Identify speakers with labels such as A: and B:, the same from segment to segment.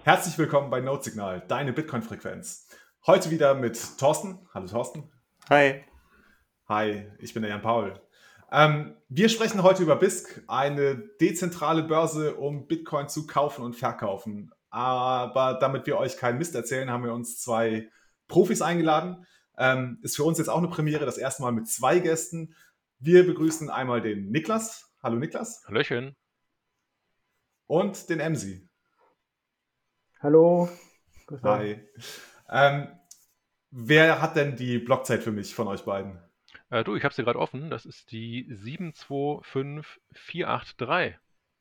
A: Herzlich willkommen bei Notesignal, deine Bitcoin-Frequenz. Heute wieder mit Thorsten. Hallo Thorsten.
B: Hi.
A: Hi, ich bin der Jan Paul. Wir sprechen heute über BISC, eine dezentrale Börse, um Bitcoin zu kaufen und verkaufen. Aber damit wir euch keinen Mist erzählen, haben wir uns zwei Profis eingeladen. Ist für uns jetzt auch eine Premiere, das erste Mal mit zwei Gästen. Wir begrüßen einmal den Niklas. Hallo Niklas.
C: Hallöchen.
A: Und den Emsi.
D: Hallo. Grüß euch.
A: Hi. Wer hat denn die Blockzeit für mich von euch beiden?
C: Ich habe sie gerade offen. Das ist die 725483.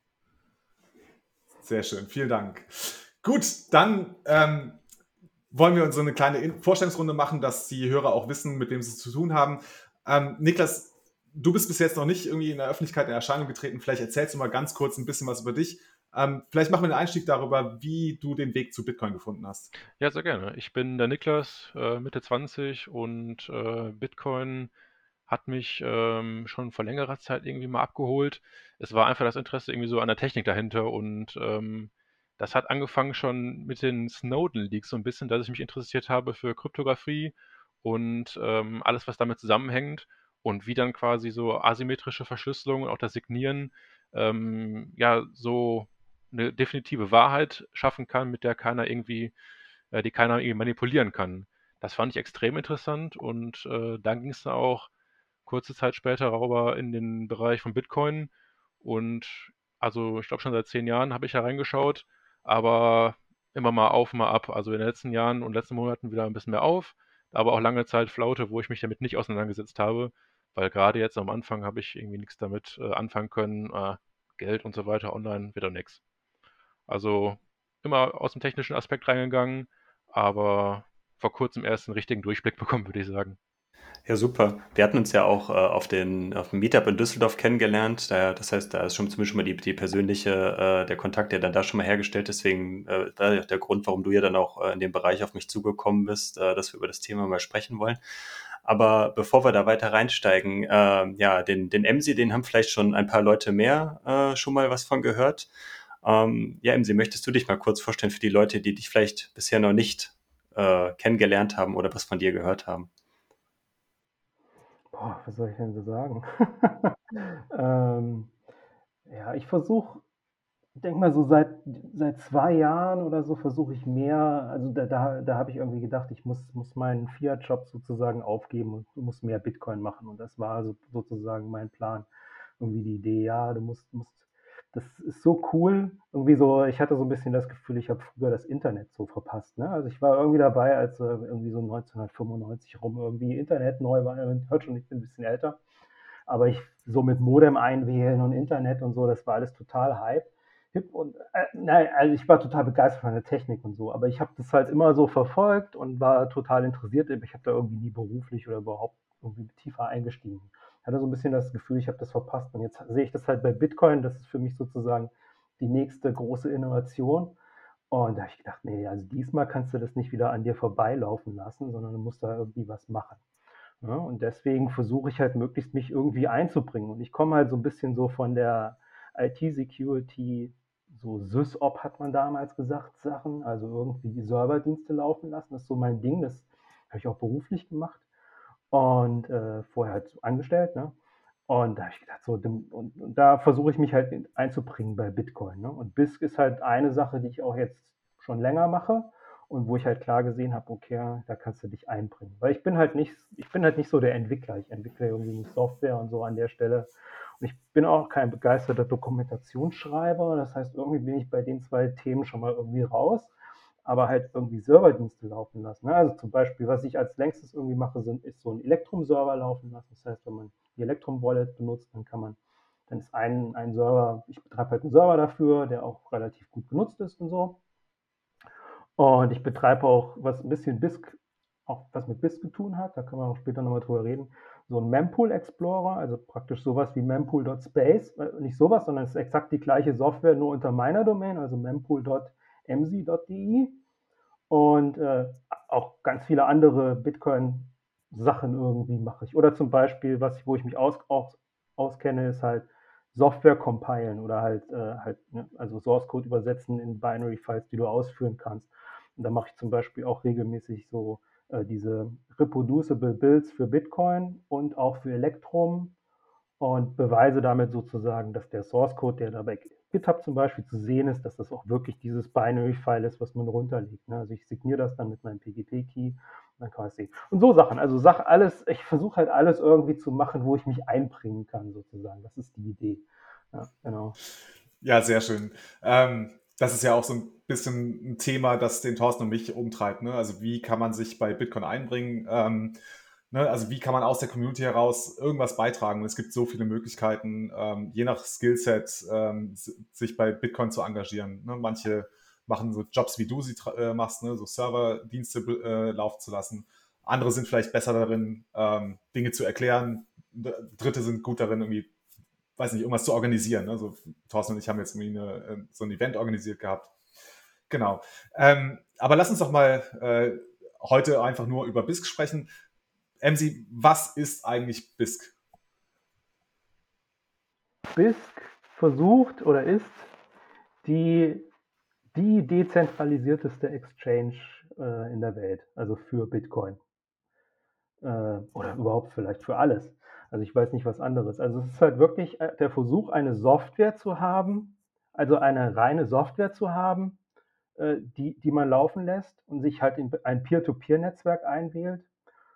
A: Sehr schön, vielen Dank. Gut, dann wollen wir uns so eine kleine Vorstellungsrunde machen, dass die Hörer auch wissen, mit wem sie es zu tun haben. Niklas, du bist bis jetzt noch nicht irgendwie in der Öffentlichkeit in Erscheinung getreten. Vielleicht erzählst du mal ganz kurz ein bisschen was über dich. Vielleicht machen wir einen Einstieg darüber, wie du den Weg zu Bitcoin gefunden hast.
C: Ja, sehr gerne. Ich bin der Niklas, Mitte 20 und Bitcoin hat mich schon vor längerer Zeit irgendwie mal abgeholt. Es war einfach das Interesse irgendwie so an der Technik dahinter und das hat angefangen schon mit den Snowden-Leaks so ein bisschen, dass ich mich interessiert habe für Kryptographie und alles, was damit zusammenhängt und wie dann quasi so asymmetrische Verschlüsselung und auch das Signieren ja so eine definitive Wahrheit schaffen kann, mit der keiner irgendwie, die keiner irgendwie manipulieren kann. Das fand ich extrem interessant und dann ging es auch kurze Zeit später rüber in den Bereich von Bitcoin und also ich glaube schon seit 10 Jahren habe ich da reingeschaut, aber immer mal auf, mal ab. Also in den letzten Jahren und letzten Monaten wieder ein bisschen mehr auf, aber auch lange Zeit Flaute, wo ich mich damit nicht auseinandergesetzt habe, weil gerade jetzt am Anfang habe ich irgendwie nichts damit anfangen können. Geld und so weiter online wird auch nichts. Also immer aus dem technischen Aspekt reingegangen, aber vor kurzem erst einen richtigen Durchblick bekommen, würde ich sagen.
B: Ja, super. Wir hatten uns ja auch auf dem Meetup in Düsseldorf kennengelernt. Das heißt, da ist schon zumindest schon mal die persönliche, der Kontakt ja dann da schon mal hergestellt. Deswegen war ja der Grund, warum du ja dann auch in dem Bereich auf mich zugekommen bist, dass wir über das Thema mal sprechen wollen. Aber bevor wir da weiter reinsteigen, ja, den Emsi, den haben vielleicht schon ein paar Leute mehr schon mal was von gehört. Ja, Emsi, möchtest du dich mal kurz vorstellen für die Leute, die dich vielleicht bisher noch nicht kennengelernt haben oder was von dir gehört haben?
D: Boah, was soll ich denn so sagen? ähm, ja, ich versuche, ich denke mal so seit 2 Jahren oder so versuche ich mehr, also da habe ich irgendwie gedacht, ich muss meinen Fiat-Job sozusagen aufgeben und muss mehr Bitcoin machen. Und das war sozusagen mein Plan. Irgendwie die Idee, ja, das ist so cool. Irgendwie so, ich hatte so ein bisschen das Gefühl, ich habe früher das Internet so verpasst. Ne? Also ich war irgendwie dabei, als irgendwie so 1995 rum irgendwie Internet neu war. Hört schon, ich bin ein bisschen älter. Aber ich so mit Modem einwählen und Internet und so, das war alles total hip und nein, also ich war total begeistert von der Technik und so, aber ich habe das halt immer so verfolgt und war total interessiert. Ich habe da irgendwie nie beruflich oder überhaupt irgendwie tiefer eingestiegen. Ich hatte so ein bisschen das Gefühl, ich habe das verpasst und jetzt sehe ich das halt bei Bitcoin, das ist für mich sozusagen die nächste große Innovation. Und da habe ich gedacht, nee, also diesmal kannst du das nicht wieder an dir vorbeilaufen lassen, sondern du musst da irgendwie was machen. Ja, und deswegen versuche ich halt möglichst mich irgendwie einzubringen. Und ich komme halt so ein bisschen so von der IT-Security, so SysOp hat man damals gesagt, Sachen, also irgendwie die Serverdienste laufen lassen. Das ist so mein Ding, das habe ich auch beruflich gemacht und vorher halt so angestellt. Ne? Und da habe ich gedacht, so, und da versuche ich mich halt einzubringen bei Bitcoin. Ne? Und BISC ist halt eine Sache, die ich auch jetzt schon länger mache und wo ich halt klar gesehen habe, okay, da kannst du dich einbringen. Weil ich bin halt nicht so der Entwickler. Ich entwickle irgendwie nicht Software und so an der Stelle. Und ich bin auch kein begeisterter Dokumentationsschreiber. Das heißt, irgendwie bin ich bei den zwei Themen schon mal irgendwie raus, aber halt irgendwie Serverdienste laufen lassen. Ne? Also zum Beispiel, was ich als längstes irgendwie mache, ist so ein Electrum-Server laufen lassen. Das heißt, wenn man die Electrum-Wallet benutzt, dann ist ein Server, ich betreibe halt einen Server dafür, der auch relativ gut genutzt ist und so. Und ich betreibe auch was ein bisschen BISC, auch was mit BISC zu tun hat, da können wir auch später nochmal drüber reden, so ein Mempool Explorer, also praktisch sowas wie mempool.space, nicht sowas, sondern es ist exakt die gleiche Software, nur unter meiner Domain, also mempool.mc.de und auch ganz viele andere Bitcoin-Sachen irgendwie mache ich. Oder zum Beispiel, wo ich mich auskenne, ist halt Software compilen oder also Source Code übersetzen in Binary Files, die du ausführen kannst. Und da mache ich zum Beispiel auch regelmäßig so diese Reproducible Builds für Bitcoin und auch für Electrum und beweise damit sozusagen, dass der Source Code, der da bei GitHub zum Beispiel zu sehen ist, dass das auch wirklich dieses Binary-File ist, was man runterlegt. Also ich signiere das dann mit meinem PGP-Key, dann kann man es sehen. Und so Sachen, also ich versuche halt alles irgendwie zu machen, wo ich mich einbringen kann sozusagen. Das ist die Idee. Ja, genau.
A: Ja, sehr schön. Das ist ja auch so ein bisschen ein Thema, das den Thorsten und mich umtreibt. Ne? Also wie kann man sich bei Bitcoin einbringen? Ne? Also wie kann man aus der Community heraus irgendwas beitragen? Und es gibt so viele Möglichkeiten, je nach Skillset sich bei Bitcoin zu engagieren. Ne? Manche machen so Jobs, wie du sie machst, ne? So Serverdienste laufen zu lassen. Andere sind vielleicht besser darin, Dinge zu erklären. Dritte sind gut darin, irgendwie, weiß nicht, irgendwas zu organisieren. Ne? So, Thorsten und ich haben jetzt irgendwie so ein Event organisiert gehabt. Genau. Aber lass uns doch mal heute einfach nur über BISC sprechen. Emsi, was ist eigentlich BISC?
D: BISC versucht oder ist die dezentralisierteste Exchange in der Welt, also für Bitcoin. Oder überhaupt vielleicht für alles. Also ich weiß nicht was anderes. Also es ist halt wirklich der Versuch, eine Software zu haben, also eine reine Software zu haben, die man laufen lässt und sich halt in ein Peer-to-Peer-Netzwerk einwählt,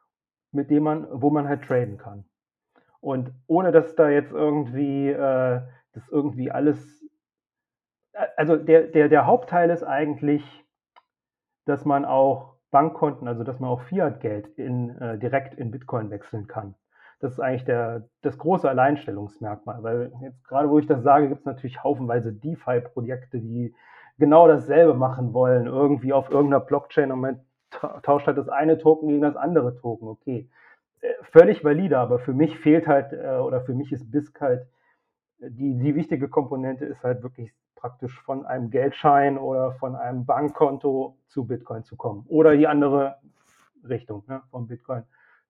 D: wo man halt traden kann. Und ohne dass da jetzt irgendwie das irgendwie alles, also der Hauptteil ist eigentlich, dass man auch Bankkonten, also dass man auch Fiat-Geld direkt in Bitcoin wechseln kann. Das ist eigentlich das große Alleinstellungsmerkmal, weil jetzt gerade, wo ich das sage, gibt es natürlich haufenweise DeFi-Projekte, die genau dasselbe machen wollen, irgendwie auf irgendeiner Blockchain und man tauscht halt das eine Token gegen das andere Token. Okay, völlig valide, aber für mich fehlt halt, oder für mich ist BISC halt, die wichtige Komponente ist halt wirklich praktisch von einem Geldschein oder von einem Bankkonto zu Bitcoin zu kommen. Oder die andere Richtung, ne, von Bitcoin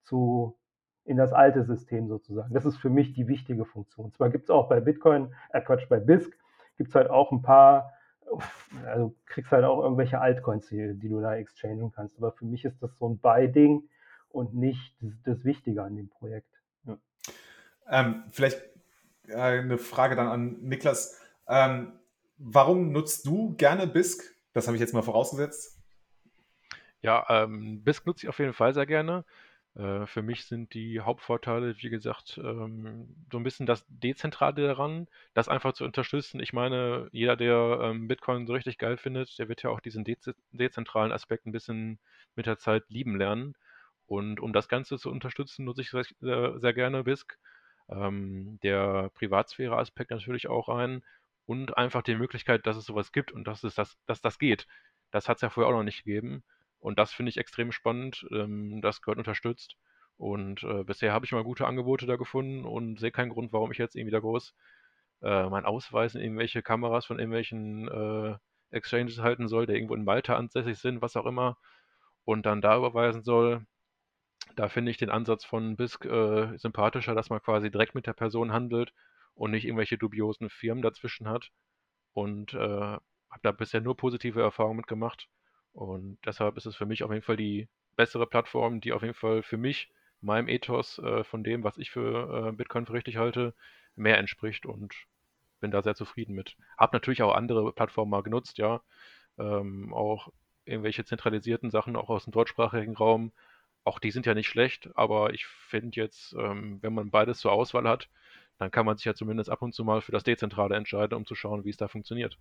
D: in das alte System sozusagen. Das ist für mich die wichtige Funktion. Zwar gibt es auch bei bei BISC gibt es halt auch ein paar, also kriegst halt auch irgendwelche Altcoins, die du da exchangen kannst. Aber für mich ist das so ein Buy-Ding und nicht das Wichtige an dem Projekt. Ja.
A: Vielleicht eine Frage dann an Niklas. Warum nutzt du gerne BISC? Das habe ich jetzt mal vorausgesetzt.
C: Ja, BISC nutze ich auf jeden Fall sehr gerne. Für mich sind die Hauptvorteile, wie gesagt, so ein bisschen das Dezentrale daran, das einfach zu unterstützen. Ich meine, jeder, der Bitcoin so richtig geil findet, der wird ja auch diesen dezentralen Aspekt ein bisschen mit der Zeit lieben lernen. Und um das Ganze zu unterstützen, nutze ich sehr gerne BISC. Der Privatsphäre-Aspekt natürlich auch ein und einfach die Möglichkeit, dass es sowas gibt und dass das geht. Das hat es ja vorher auch noch nicht gegeben. Und das finde ich extrem spannend. Das gehört unterstützt. Und bisher habe ich mal gute Angebote da gefunden und sehe keinen Grund, warum ich jetzt irgendwie da groß meinen Ausweis in irgendwelche Kameras von irgendwelchen Exchanges halten soll, der irgendwo in Malta ansässig sind, was auch immer, und dann da überweisen soll. Da finde ich den Ansatz von BISC sympathischer, dass man quasi direkt mit der Person handelt und nicht irgendwelche dubiosen Firmen dazwischen hat. Und habe da bisher nur positive Erfahrungen mitgemacht. Und deshalb ist es für mich auf jeden Fall die bessere Plattform, die auf jeden Fall für mich, meinem Ethos von dem, was ich für Bitcoin für richtig halte, mehr entspricht und bin da sehr zufrieden mit. Habe natürlich auch andere Plattformen mal genutzt, ja. Auch irgendwelche zentralisierten Sachen, auch aus dem deutschsprachigen Raum. Auch die sind ja nicht schlecht, aber ich finde jetzt, wenn man beides zur Auswahl hat, dann kann man sich ja zumindest ab und zu mal für das Dezentrale entscheiden, um zu schauen, wie es da funktioniert.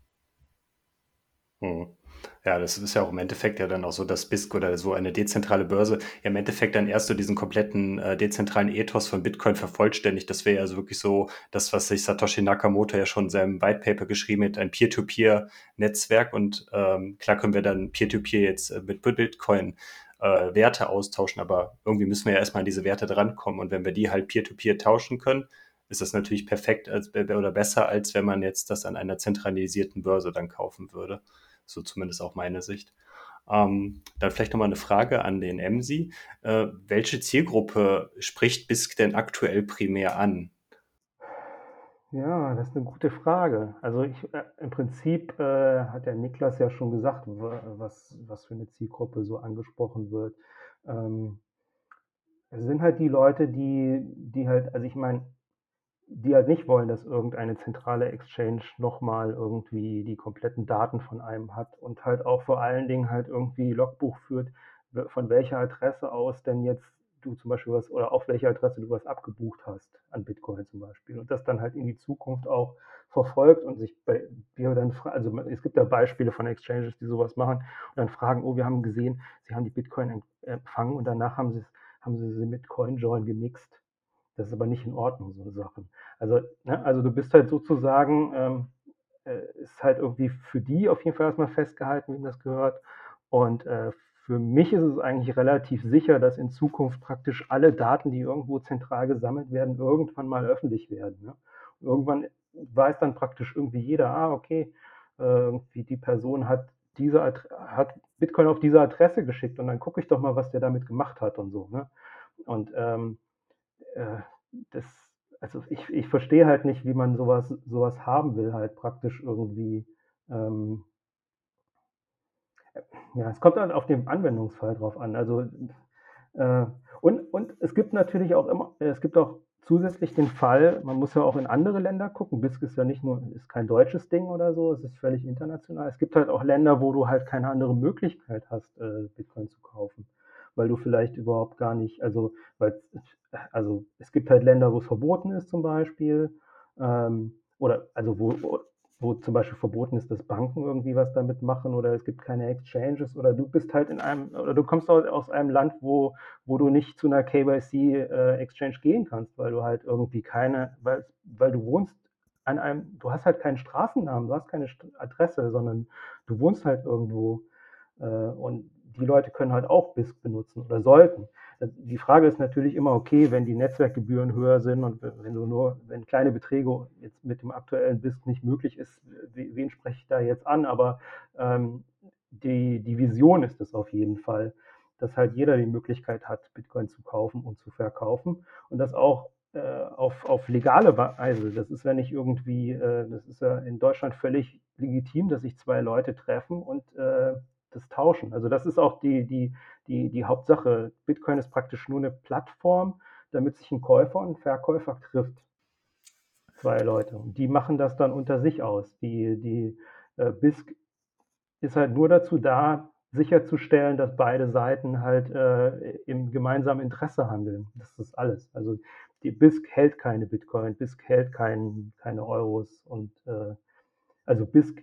B: Hm. Ja, das ist ja auch im Endeffekt ja dann auch so, dass BISC oder so eine dezentrale Börse ja im Endeffekt dann erst so diesen kompletten dezentralen Ethos von Bitcoin vervollständigt. Das wäre also wirklich so das, was sich Satoshi Nakamoto ja schon in seinem White Paper geschrieben hat, ein Peer-to-Peer-Netzwerk. Und klar können wir dann Peer-to-Peer jetzt mit Bitcoin Werte austauschen, aber irgendwie müssen wir ja erstmal an diese Werte drankommen. Und wenn wir die halt Peer-to-Peer tauschen können, ist das natürlich perfekt oder besser, als wenn man jetzt das an einer zentralisierten Börse dann kaufen würde. So zumindest auch meine Sicht. Dann vielleicht nochmal eine Frage an den Emsi. Welche Zielgruppe spricht BISC denn aktuell primär an?
D: Ja, das ist eine gute Frage. Also im Prinzip hat der Niklas ja schon gesagt, was für eine Zielgruppe so angesprochen wird. Ähm, Es sind halt die Leute, die halt, also ich meine, die halt nicht wollen, dass irgendeine zentrale Exchange nochmal irgendwie die kompletten Daten von einem hat und halt auch vor allen Dingen halt irgendwie Logbuch führt, von welcher Adresse aus denn jetzt du zum Beispiel was oder auf welcher Adresse du was abgebucht hast an Bitcoin zum Beispiel und das dann halt in die Zukunft auch verfolgt und sich bei dir dann, also es gibt ja Beispiele von Exchanges, die sowas machen und dann fragen, oh, wir haben gesehen, sie haben die Bitcoin empfangen und danach haben sie mit CoinJoin gemixt. Das ist aber nicht in Ordnung, so Sachen. Also, ne, also du bist halt sozusagen, ist halt irgendwie für die auf jeden Fall erstmal festgehalten, wem das gehört. Und für mich ist es eigentlich relativ sicher, dass in Zukunft praktisch alle Daten, die irgendwo zentral gesammelt werden, irgendwann mal öffentlich werden. Ne? Und irgendwann weiß dann praktisch irgendwie jeder, okay, irgendwie die Person hat hat Bitcoin auf diese Adresse geschickt und dann gucke ich doch mal, was der damit gemacht hat und so. Ne? Und äh, das, also ich verstehe halt nicht, wie man sowas haben will, halt praktisch irgendwie. Ähm, ja, es kommt halt auf den Anwendungsfall drauf an. Also äh, und es gibt natürlich auch immer, es gibt auch zusätzlich den Fall, man muss ja auch in andere Länder gucken. BISC ist ja nicht nur, ist kein deutsches Ding oder so, es ist völlig international. Es gibt halt auch Länder, wo du halt keine andere Möglichkeit hast, Bitcoin zu kaufen, weil du vielleicht überhaupt gar nicht, also es gibt halt Länder, wo es verboten ist zum Beispiel, oder also wo zum Beispiel verboten ist, dass Banken irgendwie was damit machen oder es gibt keine Exchanges oder du bist halt oder du kommst aus einem Land, wo du nicht zu einer KYC-Exchange gehen kannst, weil du halt irgendwie weil du wohnst du hast halt keinen Straßennamen, du hast keine Adresse, sondern du wohnst halt irgendwo und die Leute können halt auch BISC benutzen oder sollten. Die Frage ist natürlich immer, okay, wenn die Netzwerkgebühren höher sind und wenn kleine Beträge jetzt mit dem aktuellen BISC nicht möglich ist, wen spreche ich da jetzt an? Aber die Vision ist es auf jeden Fall, dass halt jeder die Möglichkeit hat, Bitcoin zu kaufen und zu verkaufen und das auch auf legale Weise. Das ist ja nicht irgendwie, das ist ja in Deutschland völlig legitim, dass sich zwei Leute treffen und das tauschen. Also das ist auch die Hauptsache. Bitcoin ist praktisch nur eine Plattform, damit sich ein Käufer und ein Verkäufer trifft. Zwei Leute. Und die machen das dann unter sich aus. Die BISC ist halt nur dazu da, sicherzustellen, dass beide Seiten halt im gemeinsamen Interesse handeln. Das ist alles. Also die BISC hält keine Bitcoin, BISC hält keine Euros und also BISC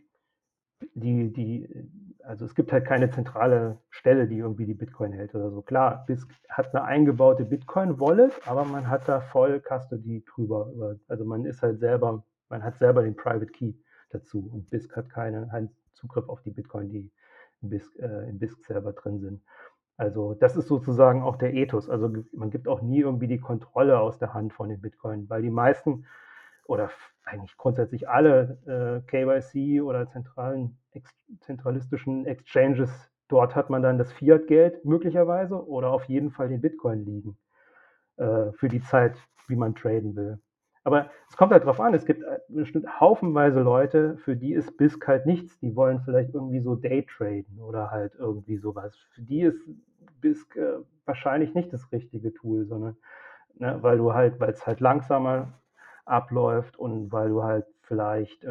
D: also es gibt halt keine zentrale Stelle, die irgendwie die Bitcoin hält oder so. Klar, BISC hat eine eingebaute Bitcoin-Wallet, aber man hat da voll Custody drüber. Also man hat selber den Private Key dazu und BISC hat keinen Zugriff auf die Bitcoin, die im BISC selber drin sind. Also das ist sozusagen auch der Ethos. Also man gibt auch nie irgendwie die Kontrolle aus der Hand von den Bitcoin, weil die meisten oder eigentlich grundsätzlich alle KYC oder zentralistischen Exchanges, dort hat man dann das Fiat-Geld möglicherweise oder auf jeden Fall den Bitcoin liegen für die Zeit, wie man traden will. Aber es kommt halt drauf an, es gibt bestimmt haufenweise Leute, für die ist BISC halt nichts. Die wollen vielleicht irgendwie so Daytraden oder halt irgendwie sowas. Für die ist BISC wahrscheinlich nicht das richtige Tool, sondern ne, weil es halt langsamer abläuft und weil du halt vielleicht,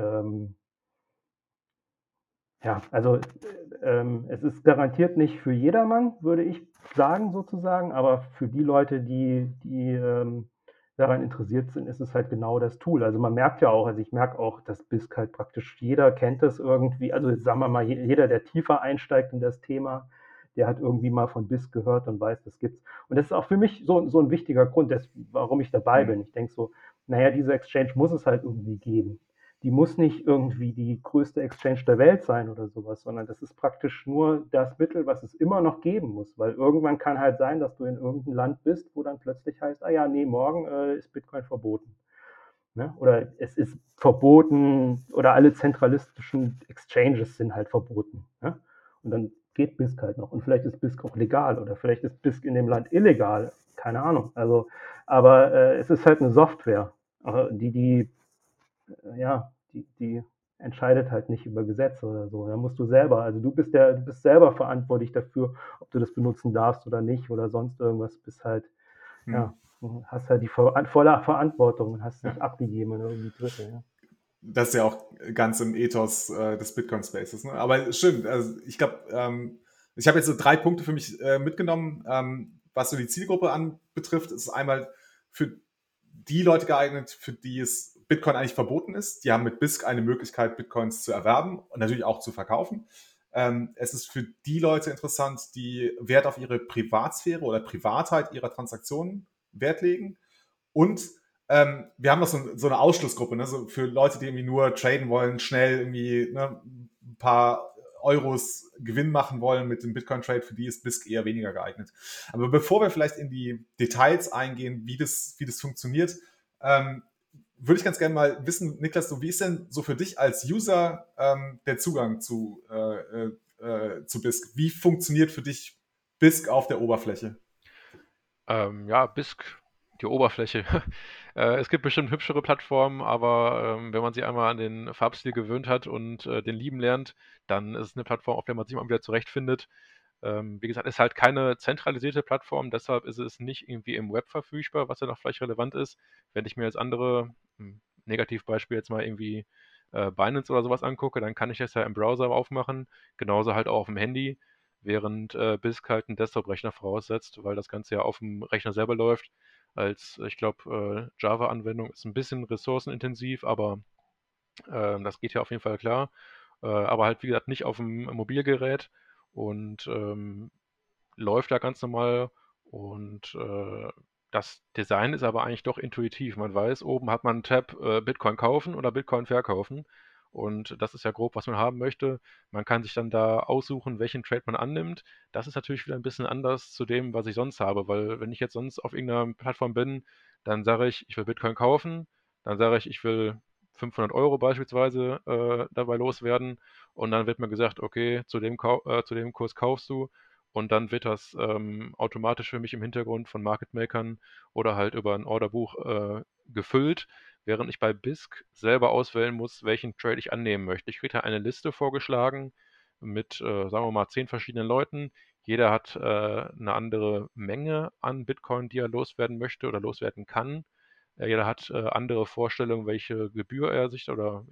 D: ja, also es ist garantiert nicht für jedermann, würde ich sagen sozusagen, aber für die Leute, die daran interessiert sind, ist es halt genau das Tool. Also man merkt ja auch, also ich merke auch, dass BISC halt praktisch jeder kennt das irgendwie, also sagen wir mal, jeder, der tiefer einsteigt in das Thema, der hat irgendwie mal von BISC gehört und weiß, das gibt's. Und das ist auch für mich so ein wichtiger Grund, warum ich dabei bin. Ich denke so, naja, diese Exchange muss es halt irgendwie geben. Die muss nicht irgendwie die größte Exchange der Welt sein oder sowas, sondern das ist praktisch nur das Mittel, was es immer noch geben muss, weil irgendwann kann halt sein, dass du in irgendeinem Land bist, wo dann plötzlich heißt, ja, nee, morgen ist Bitcoin verboten. Ne? Oder es ist verboten oder alle zentralistischen Exchanges sind halt verboten. Ne? Und dann geht BISC halt noch. Und vielleicht ist BISC auch legal oder vielleicht ist BISC in dem Land illegal. Keine Ahnung. Also, aber es ist halt eine Software, die ja, die entscheidet halt nicht über Gesetze oder so. Da musst du selber, also du bist selber verantwortlich dafür, ob du das benutzen darfst oder nicht oder sonst irgendwas, bist halt,
A: Hm.
D: ja, hast halt die volle Verantwortung und hast
A: Ja.
D: nicht abgegeben an irgendwie Dritte, ja.
A: Das ist ja auch ganz im Ethos des Bitcoin-Spaces. Ne? Aber stimmt, also ich glaube, ich habe jetzt so 3 Punkte für mich mitgenommen, was so die Zielgruppe anbetrifft. Es ist einmal für die Leute geeignet, für die es Bitcoin eigentlich verboten ist. Die haben mit BISC eine Möglichkeit, Bitcoins zu erwerben und natürlich auch zu verkaufen. Es ist für die Leute interessant, die Wert auf ihre Privatsphäre oder Privatheit ihrer Transaktionen Wert legen. Und wir haben noch so eine Ausschlussgruppe, ne? So für Leute, die irgendwie nur traden wollen, schnell irgendwie ne, ein paar Euros Gewinn machen wollen mit dem Bitcoin-Trade, für die ist BISC eher weniger geeignet. Aber bevor wir vielleicht in die Details eingehen, wie das funktioniert, würde ich ganz gerne mal wissen, Niklas, so, wie ist denn so für dich als User der Zugang zu BISC? Wie funktioniert für dich BISC auf der Oberfläche?
C: Ja, BISC, die Oberfläche. Es gibt bestimmt hübschere Plattformen, aber wenn man sich einmal an den Farbstil gewöhnt hat und den lieben lernt, dann ist es eine Plattform, auf der man sich mal wieder zurechtfindet. Wie gesagt, ist halt keine zentralisierte Plattform, deshalb ist es nicht irgendwie im Web verfügbar, was ja noch vielleicht relevant ist. Wenn ich mir jetzt andere, Negativbeispiel jetzt mal irgendwie Binance oder sowas angucke, dann kann ich das ja im Browser aufmachen, genauso halt auch auf dem Handy, während BISC halt einen Desktop-Rechner voraussetzt, weil das Ganze ja auf dem Rechner selber läuft. Als, ich glaube, Java-Anwendung ist ein bisschen ressourcenintensiv, aber das geht ja auf jeden Fall klar. Aber halt, wie gesagt, nicht auf dem Mobilgerät und läuft da ganz normal. Und das Design ist aber eigentlich doch intuitiv. Man weiß, oben hat man einen Tab Bitcoin kaufen oder Bitcoin verkaufen. Und das ist ja grob, was man haben möchte. Man kann sich dann da aussuchen, welchen Trade man annimmt. Das ist natürlich wieder ein bisschen anders zu dem, was ich sonst habe, weil wenn ich jetzt sonst auf irgendeiner Plattform bin, dann sage ich will Bitcoin kaufen, dann sage ich will 500 Euro beispielsweise dabei loswerden und dann wird mir gesagt, okay, zu dem Kurs kaufst du und dann wird das automatisch für mich im Hintergrund von Market Makern oder halt über ein Orderbuch gefüllt, während ich bei BISC selber auswählen muss, welchen Trade ich annehmen möchte. Ich kriege da eine Liste vorgeschlagen mit, sagen wir mal, 10 verschiedenen Leuten. Jeder hat eine andere Menge an Bitcoin, die er loswerden möchte oder loswerden kann. Jeder hat andere Vorstellungen, welche Gebühr er sich oder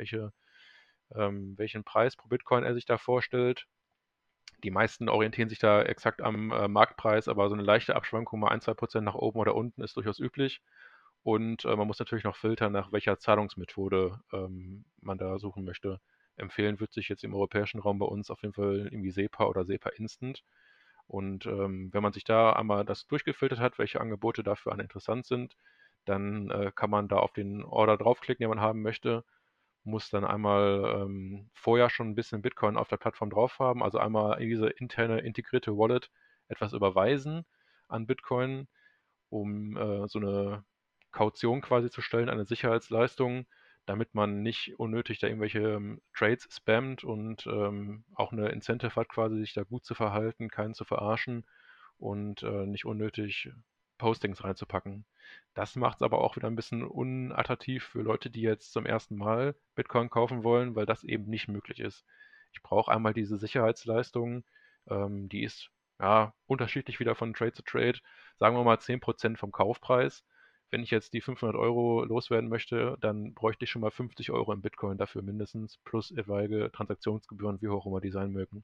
C: welchen Preis pro Bitcoin er sich da vorstellt. Die meisten orientieren sich da exakt am Marktpreis, aber so eine leichte Abschwankung, mal 1, 2% nach oben oder unten, ist durchaus üblich. Und man muss natürlich noch filtern, nach welcher Zahlungsmethode man da suchen möchte. Empfehlen würde sich jetzt im europäischen Raum bei uns auf jeden Fall irgendwie SEPA oder SEPA Instant. Und wenn man sich da einmal das durchgefiltert hat, welche Angebote dafür interessant sind, dann kann man da auf den Order draufklicken, den man haben möchte, muss dann einmal vorher schon ein bisschen Bitcoin auf der Plattform drauf haben, also einmal in diese interne integrierte Wallet etwas überweisen an Bitcoin, um so eine Kaution quasi zu stellen, eine Sicherheitsleistung, damit man nicht unnötig da irgendwelche Trades spammt und auch eine Incentive hat, quasi sich da gut zu verhalten, keinen zu verarschen und nicht unnötig Postings reinzupacken. Das macht es aber auch wieder ein bisschen unattraktiv für Leute, die jetzt zum ersten Mal Bitcoin kaufen wollen, weil das eben nicht möglich ist. Ich brauche einmal diese Sicherheitsleistung, die ist ja unterschiedlich wieder von Trade zu Trade. Sagen wir mal 10% vom Kaufpreis. Wenn ich jetzt die 500 Euro loswerden möchte, dann bräuchte ich schon mal 50 Euro in Bitcoin dafür mindestens, plus etwaige Transaktionsgebühren, wie hoch immer die sein mögen.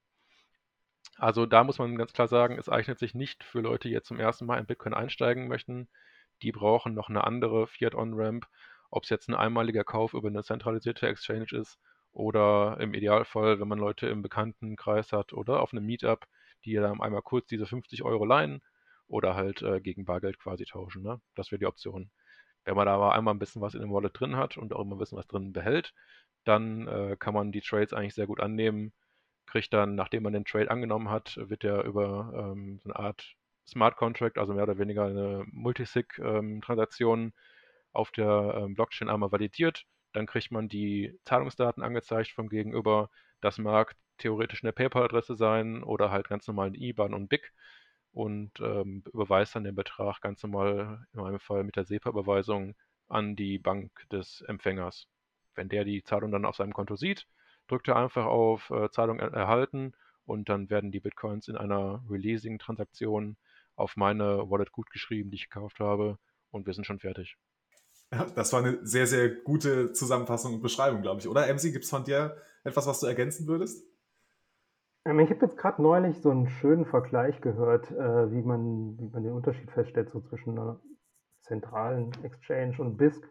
C: Also da muss man ganz klar sagen, es eignet sich nicht für Leute, die jetzt zum ersten Mal in Bitcoin einsteigen möchten. Die brauchen noch eine andere Fiat-On-Ramp, ob es jetzt ein einmaliger Kauf über eine zentralisierte Exchange ist oder im Idealfall, wenn man Leute im Bekanntenkreis hat oder auf einem Meetup, die dann einmal kurz diese 50 Euro leihen oder halt gegen Bargeld quasi tauschen. Ne? Das wäre die Option. Wenn man da aber einmal ein bisschen was in dem Wallet drin hat und auch immer ein bisschen was drin behält, dann kann man die Trades eigentlich sehr gut annehmen, kriegt dann, nachdem man den Trade angenommen hat, wird der über so eine Art Smart Contract, also mehr oder weniger eine Multisig-Transaktion auf der Blockchain einmal validiert. Dann kriegt man die Zahlungsdaten angezeigt vom Gegenüber. Das mag theoretisch eine PayPal-Adresse sein oder halt ganz normal ein IBAN und BIC und überweist dann den Betrag ganz normal, in meinem Fall mit der SEPA-Überweisung, an die Bank des Empfängers. wenn der die Zahlung dann auf seinem Konto sieht, drückt er einfach auf Zahlung erhalten und dann werden die Bitcoins in einer Releasing-Transaktion auf meine Wallet gutgeschrieben, die ich gekauft habe, und wir sind schon fertig.
A: Ja, das war eine sehr, sehr gute Zusammenfassung und Beschreibung, glaube ich. Oder, MC, gibt es von dir etwas, was du ergänzen würdest?
D: Ich habe jetzt gerade neulich so einen schönen Vergleich gehört, wie man den Unterschied feststellt so zwischen einer zentralen Exchange und BISC.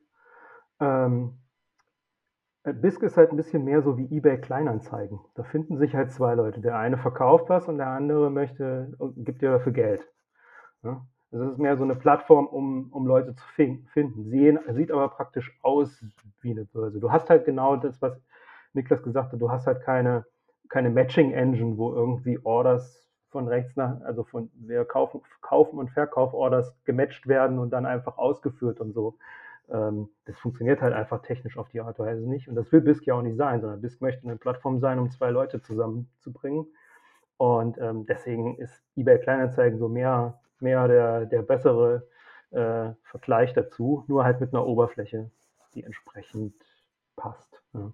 D: BISC ist halt ein bisschen mehr so wie eBay Kleinanzeigen. Da finden sich halt zwei Leute. Der eine verkauft was und der andere gibt dir dafür Geld. Ja? Also es ist mehr so eine Plattform, um Leute zu finden. Sieht aber praktisch aus wie eine Börse. Du hast halt genau das, was Niklas gesagt hat, du hast halt keine Matching Engine, wo irgendwie Orders von rechts nach, also von Kaufen und Verkauf-Orders gematcht werden und dann einfach ausgeführt und so. Das funktioniert halt einfach technisch auf die Art und Weise nicht. Und das will BISC ja auch nicht sein, sondern BISC möchte eine Plattform sein, um zwei Leute zusammenzubringen. Und deswegen ist eBay Kleinanzeigen so mehr der bessere Vergleich dazu, nur halt mit einer Oberfläche, die entsprechend passt. Ja.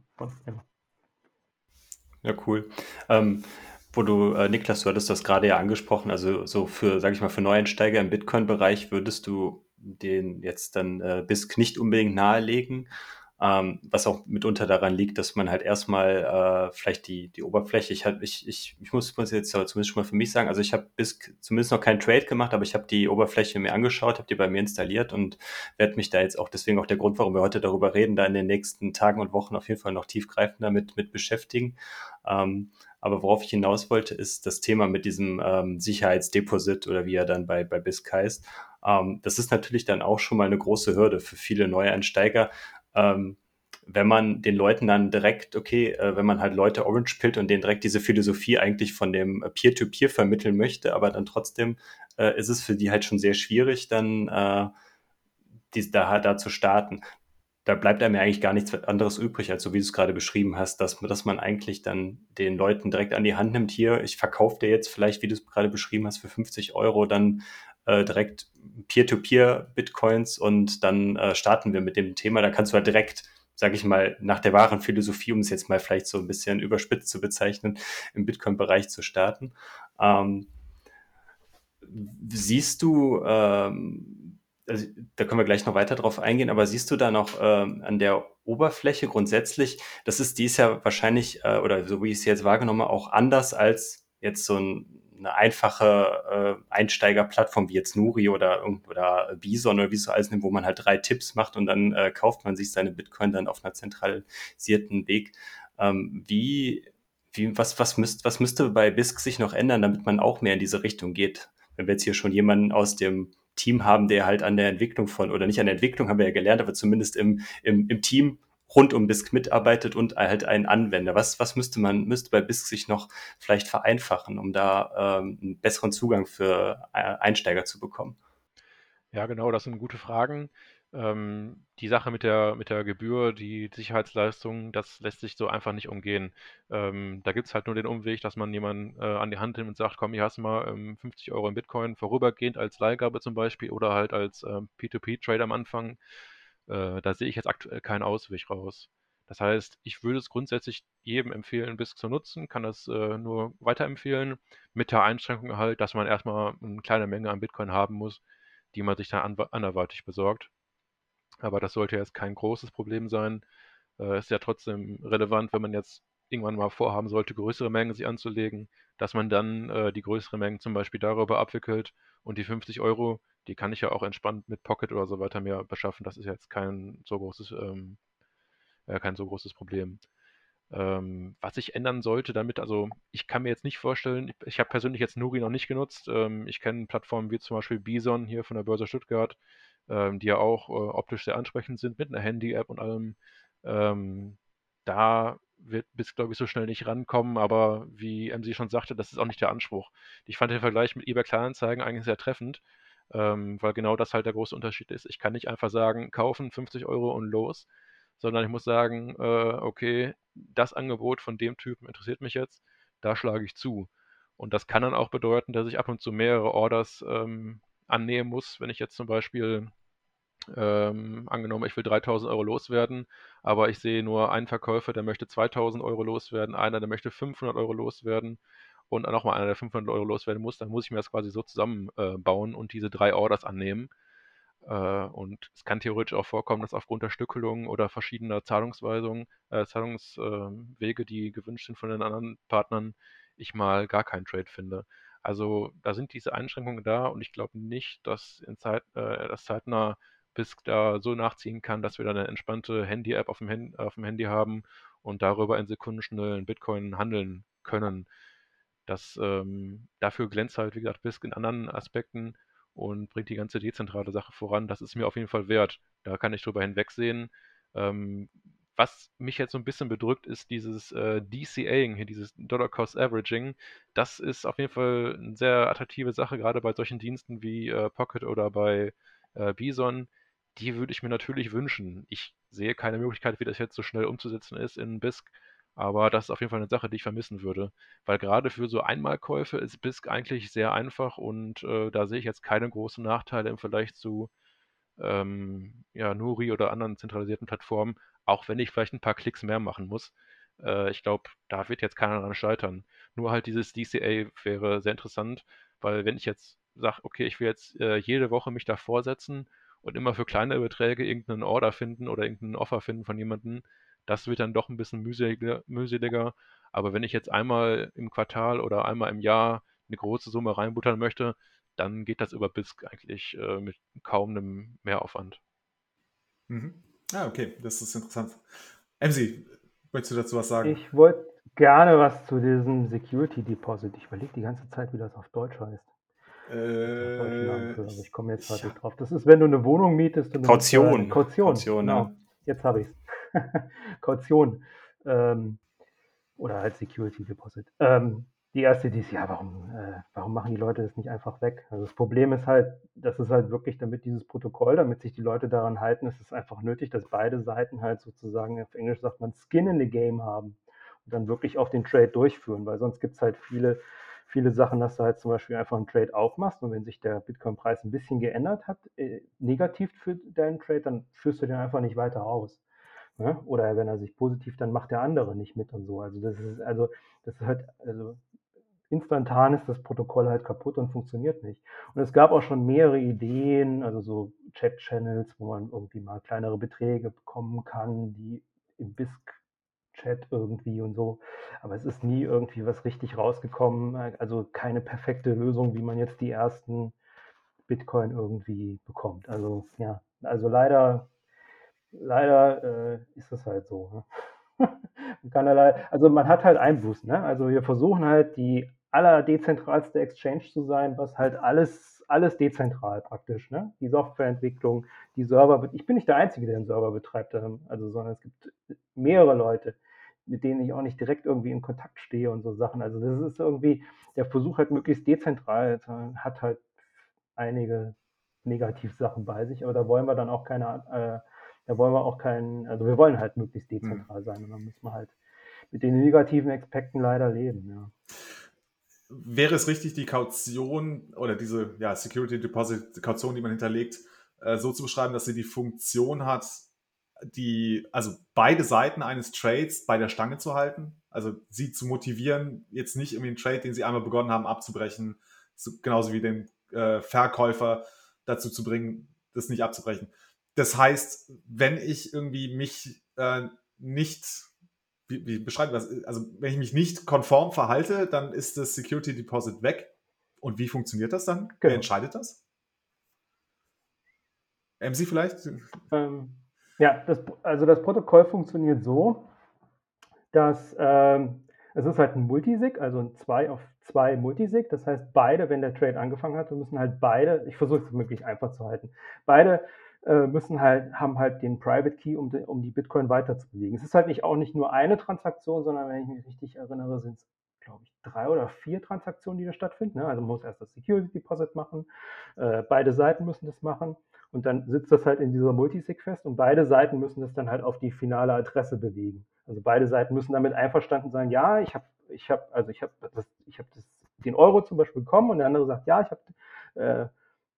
B: Ja, cool. Niklas, du hattest das gerade ja angesprochen, also so für, sag ich mal, für Neueinsteiger im Bitcoin-Bereich würdest du den jetzt dann BISC nicht unbedingt nahelegen, was auch mitunter daran liegt, dass man halt erstmal vielleicht die Oberfläche, ich muss jetzt aber zumindest schon mal für mich sagen, also ich habe BISC zumindest noch keinen Trade gemacht, aber ich habe die Oberfläche mir angeschaut, habe die bei mir installiert und werde mich da jetzt auch, deswegen auch der Grund, warum wir heute darüber reden, da in den nächsten Tagen und Wochen auf jeden Fall noch tiefgreifender mit beschäftigen. Aber worauf ich hinaus wollte, ist das Thema mit diesem Sicherheitsdeposit oder wie er dann bei BISC heißt. Das ist natürlich dann auch schon mal eine große Hürde für viele Neueinsteiger. Wenn man den Leuten dann direkt, wenn man halt Leute Orange pillt und denen direkt diese Philosophie eigentlich von dem Peer-to-Peer vermitteln möchte, aber dann trotzdem ist es für die halt schon sehr schwierig, dann da zu starten. Da bleibt einem ja eigentlich gar nichts anderes übrig, als so wie du es gerade beschrieben hast, dass man eigentlich dann den Leuten direkt an die Hand nimmt, hier, ich verkaufe dir jetzt vielleicht, wie du es gerade beschrieben hast, für 50 Euro dann direkt Peer-to-Peer-Bitcoins und dann starten wir mit dem Thema. Da kannst du halt direkt, sage ich mal, nach der wahren Philosophie, um es jetzt mal vielleicht so ein bisschen überspitzt zu bezeichnen, im Bitcoin-Bereich zu starten. Siehst du, also da können wir gleich noch weiter drauf eingehen, aber siehst du da noch an der Oberfläche grundsätzlich, die ist ja wahrscheinlich, oder so wie ich es jetzt wahrgenommen habe, auch anders als jetzt so eine einfache Einsteigerplattform wie jetzt Nuri oder Bison oder wie es so alles nimmt, wo man halt 3 Tipps macht und dann kauft man sich seine Bitcoin dann auf einer zentralisierten Weg. Was müsste bei BISC sich noch ändern, damit man auch mehr in diese Richtung geht? Wenn wir jetzt hier schon jemanden aus dem Team haben, der halt an der Entwicklung oder nicht an der Entwicklung, haben wir ja gelernt, aber zumindest im Team rund um BISC mitarbeitet und halt einen Anwender. Was müsste bei BISC sich noch vielleicht vereinfachen, um da einen besseren Zugang für Einsteiger zu bekommen?
C: Ja, genau, das sind gute Fragen. Die Sache mit der Gebühr, die Sicherheitsleistung, das lässt sich so einfach nicht umgehen. Da gibt es halt nur den Umweg, dass man jemanden an die Hand nimmt und sagt, komm, hier hast du mal 50 Euro in Bitcoin vorübergehend als Leihgabe zum Beispiel oder halt als P2P-Trade am Anfang. Da sehe ich jetzt aktuell keinen Ausweg raus. Das heißt, ich würde es grundsätzlich jedem empfehlen, BISC zu nutzen, kann das nur weiterempfehlen, mit der Einschränkung halt, dass man erstmal eine kleine Menge an Bitcoin haben muss, die man sich dann anderweitig besorgt. Aber das sollte jetzt kein großes Problem sein. Ist ja trotzdem relevant, wenn man jetzt irgendwann mal vorhaben sollte, größere Mengen sich anzulegen, dass man dann die größeren Mengen zum Beispiel darüber abwickelt und die 50 Euro, die kann ich ja auch entspannt mit Pocket oder so weiter mir beschaffen. Das ist jetzt kein so großes Problem. Was sich ändern sollte damit, also ich kann mir jetzt nicht vorstellen, ich habe persönlich jetzt Nuri noch nicht genutzt. Ich kenne Plattformen wie zum Beispiel Bison hier von der Börse Stuttgart, die ja auch optisch sehr ansprechend sind mit einer Handy-App und allem. Da wird bis, glaube ich, so schnell nicht rankommen, aber wie MC schon sagte, das ist auch nicht der Anspruch. Ich fand den Vergleich mit eBay Kleinanzeigen eigentlich sehr treffend, weil genau das halt der große Unterschied ist. Ich kann nicht einfach sagen, kaufen 50 Euro und los, sondern ich muss sagen, okay, das Angebot von dem Typen interessiert mich jetzt, da schlage ich zu. Und das kann dann auch bedeuten, dass ich ab und zu mehrere Orders annehmen muss, wenn ich jetzt zum Beispiel Angenommen, ich will 3.000 Euro loswerden, aber ich sehe nur einen Verkäufer, der möchte 2.000 Euro loswerden, einer, der möchte 500 Euro loswerden und nochmal einer, der 500 Euro loswerden muss, dann muss ich mir das quasi so zusammenbauen und diese 3 Orders annehmen. Und es kann theoretisch auch vorkommen, dass aufgrund der Stückelung oder verschiedener Zahlungswege, die gewünscht sind von den anderen Partnern, ich mal gar keinen Trade finde. Also da sind diese Einschränkungen da und ich glaube nicht, dass das zeitnah BISC da so nachziehen kann, dass wir dann eine entspannte Handy-App auf dem Handy haben und darüber in Sekundenschnell in Bitcoin handeln können. Dafür glänzt halt, wie gesagt, BISC in anderen Aspekten und bringt die ganze dezentrale Sache voran. Das ist mir auf jeden Fall wert. Da kann ich drüber hinwegsehen. Ähm, Was mich jetzt so ein bisschen bedrückt, ist dieses DCAing, hier dieses Dollar Cost Averaging. Das ist auf jeden Fall eine sehr attraktive Sache, gerade bei solchen Diensten wie Pocket oder bei Bison. Die würde ich mir natürlich wünschen. Ich sehe keine Möglichkeit, wie das jetzt so schnell umzusetzen ist in BISC, aber das ist auf jeden Fall eine Sache, die ich vermissen würde. Weil gerade für so Einmalkäufe ist BISC eigentlich sehr einfach und da sehe ich jetzt keine großen Nachteile im Vergleich zu ja, Nuri oder anderen zentralisierten Plattformen, auch wenn ich vielleicht ein paar Klicks mehr machen muss. Ich glaube, da wird jetzt keiner dran scheitern. Nur halt dieses DCA wäre sehr interessant, weil wenn ich jetzt sage, okay, ich will jetzt jede Woche mich da vorsetzen und immer für kleine Beträge irgendeinen Order finden oder irgendeinen Offer finden von jemandem, das wird dann doch ein bisschen mühseliger. Aber wenn ich jetzt einmal im Quartal oder einmal im Jahr eine große Summe reinbuttern möchte, dann geht das über BISC eigentlich mit kaum einem Mehraufwand.
A: Mhm. Ah, okay, das ist interessant. MC, möchtest du dazu was sagen?
D: Ich wollte gerne was zu diesem Security Deposit. Ich überlege die ganze Zeit, wie das auf Deutsch heißt. Auf deutschen Namen für, aber ich komme jetzt gerade nicht drauf. Das ist, wenn du eine Wohnung mietest und
B: Kaution.
D: Kaution,
B: Kaution,
D: genau.
B: ne?
D: Jetzt habe ich es. Kaution. Oder halt Security Deposit. Die erste Idee ist, ja, warum machen die Leute das nicht einfach weg? Also das Problem ist halt, das ist halt wirklich, damit dieses Protokoll, damit sich die Leute daran halten, ist es einfach nötig, dass beide Seiten halt sozusagen, auf Englisch sagt man, Skin in the Game haben und dann wirklich auch den Trade durchführen, weil sonst gibt es halt viele Sachen, dass du halt zum Beispiel einfach einen Trade aufmachst und wenn sich der Bitcoin-Preis ein bisschen geändert hat, negativ für deinen Trade, dann führst du den einfach nicht weiter aus. Ne? Oder wenn er sich positiv, dann macht der andere nicht mit und so. Also das ist halt, also instantan ist das Protokoll halt kaputt und funktioniert nicht. Und es gab auch schon mehrere Ideen, also so Chat-Channels, wo man irgendwie mal kleinere Beträge bekommen kann, die im BISC-Chat irgendwie und so. Aber es ist nie irgendwie was richtig rausgekommen. Also keine perfekte Lösung, wie man jetzt die ersten Bitcoin irgendwie bekommt. Also ja, also leider ist es halt so. Ne? Also man hat halt Einbußen. Ne? Also wir versuchen halt die allerdezentralste Exchange zu sein, was halt alles dezentral praktisch. Ne? Die Softwareentwicklung, die Server. Ich bin nicht der Einzige, der einen Server betreibt, sondern es gibt mehrere Leute, mit denen ich auch nicht direkt irgendwie in Kontakt stehe und so Sachen. Also das ist irgendwie der Versuch halt möglichst dezentral, hat halt einige Negativsachen bei sich, aber da wollen wir dann auch da wollen wir auch also wir wollen halt möglichst dezentral sein und dann muss man halt mit den negativen Aspekten leider leben, ja.
A: Wäre es richtig, die Kaution oder diese Security Deposit Kaution, die man hinterlegt, so zu beschreiben, dass sie die Funktion hat, also beide Seiten eines Trades bei der Stange zu halten? Also sie zu motivieren, jetzt nicht irgendwie einen Trade, den sie einmal begonnen haben, abzubrechen, genauso wie den Verkäufer dazu zu bringen, das nicht abzubrechen. Das heißt, wenn ich irgendwie mich nicht wie beschreibt das? Also, wenn ich mich nicht konform verhalte, dann ist das Security Deposit weg. Und wie funktioniert das dann? Wer
D: Genau.
A: entscheidet das? MC vielleicht?
D: Ja, das Protokoll funktioniert so, dass es ist halt ein Multisig, also ein 2 auf 2 Multisig. Das heißt, beide, wenn der Trade angefangen hat, müssen halt beide, ich versuche es möglichst einfach zu halten, beide haben halt den Private Key, um die Bitcoin weiterzubewegen. Es ist halt auch nicht nur eine Transaktion, sondern wenn ich mich richtig erinnere, sind es, glaube ich, 3 oder 4 Transaktionen, die da stattfinden. Ne? Also man muss erst das Security Deposit machen, beide Seiten müssen das machen und dann sitzt das halt in dieser Multisig fest und beide Seiten müssen das dann halt auf die finale Adresse bewegen. Also beide Seiten müssen damit einverstanden sein, ja, ich habe den Euro zum Beispiel bekommen und der andere sagt, ja, ich habe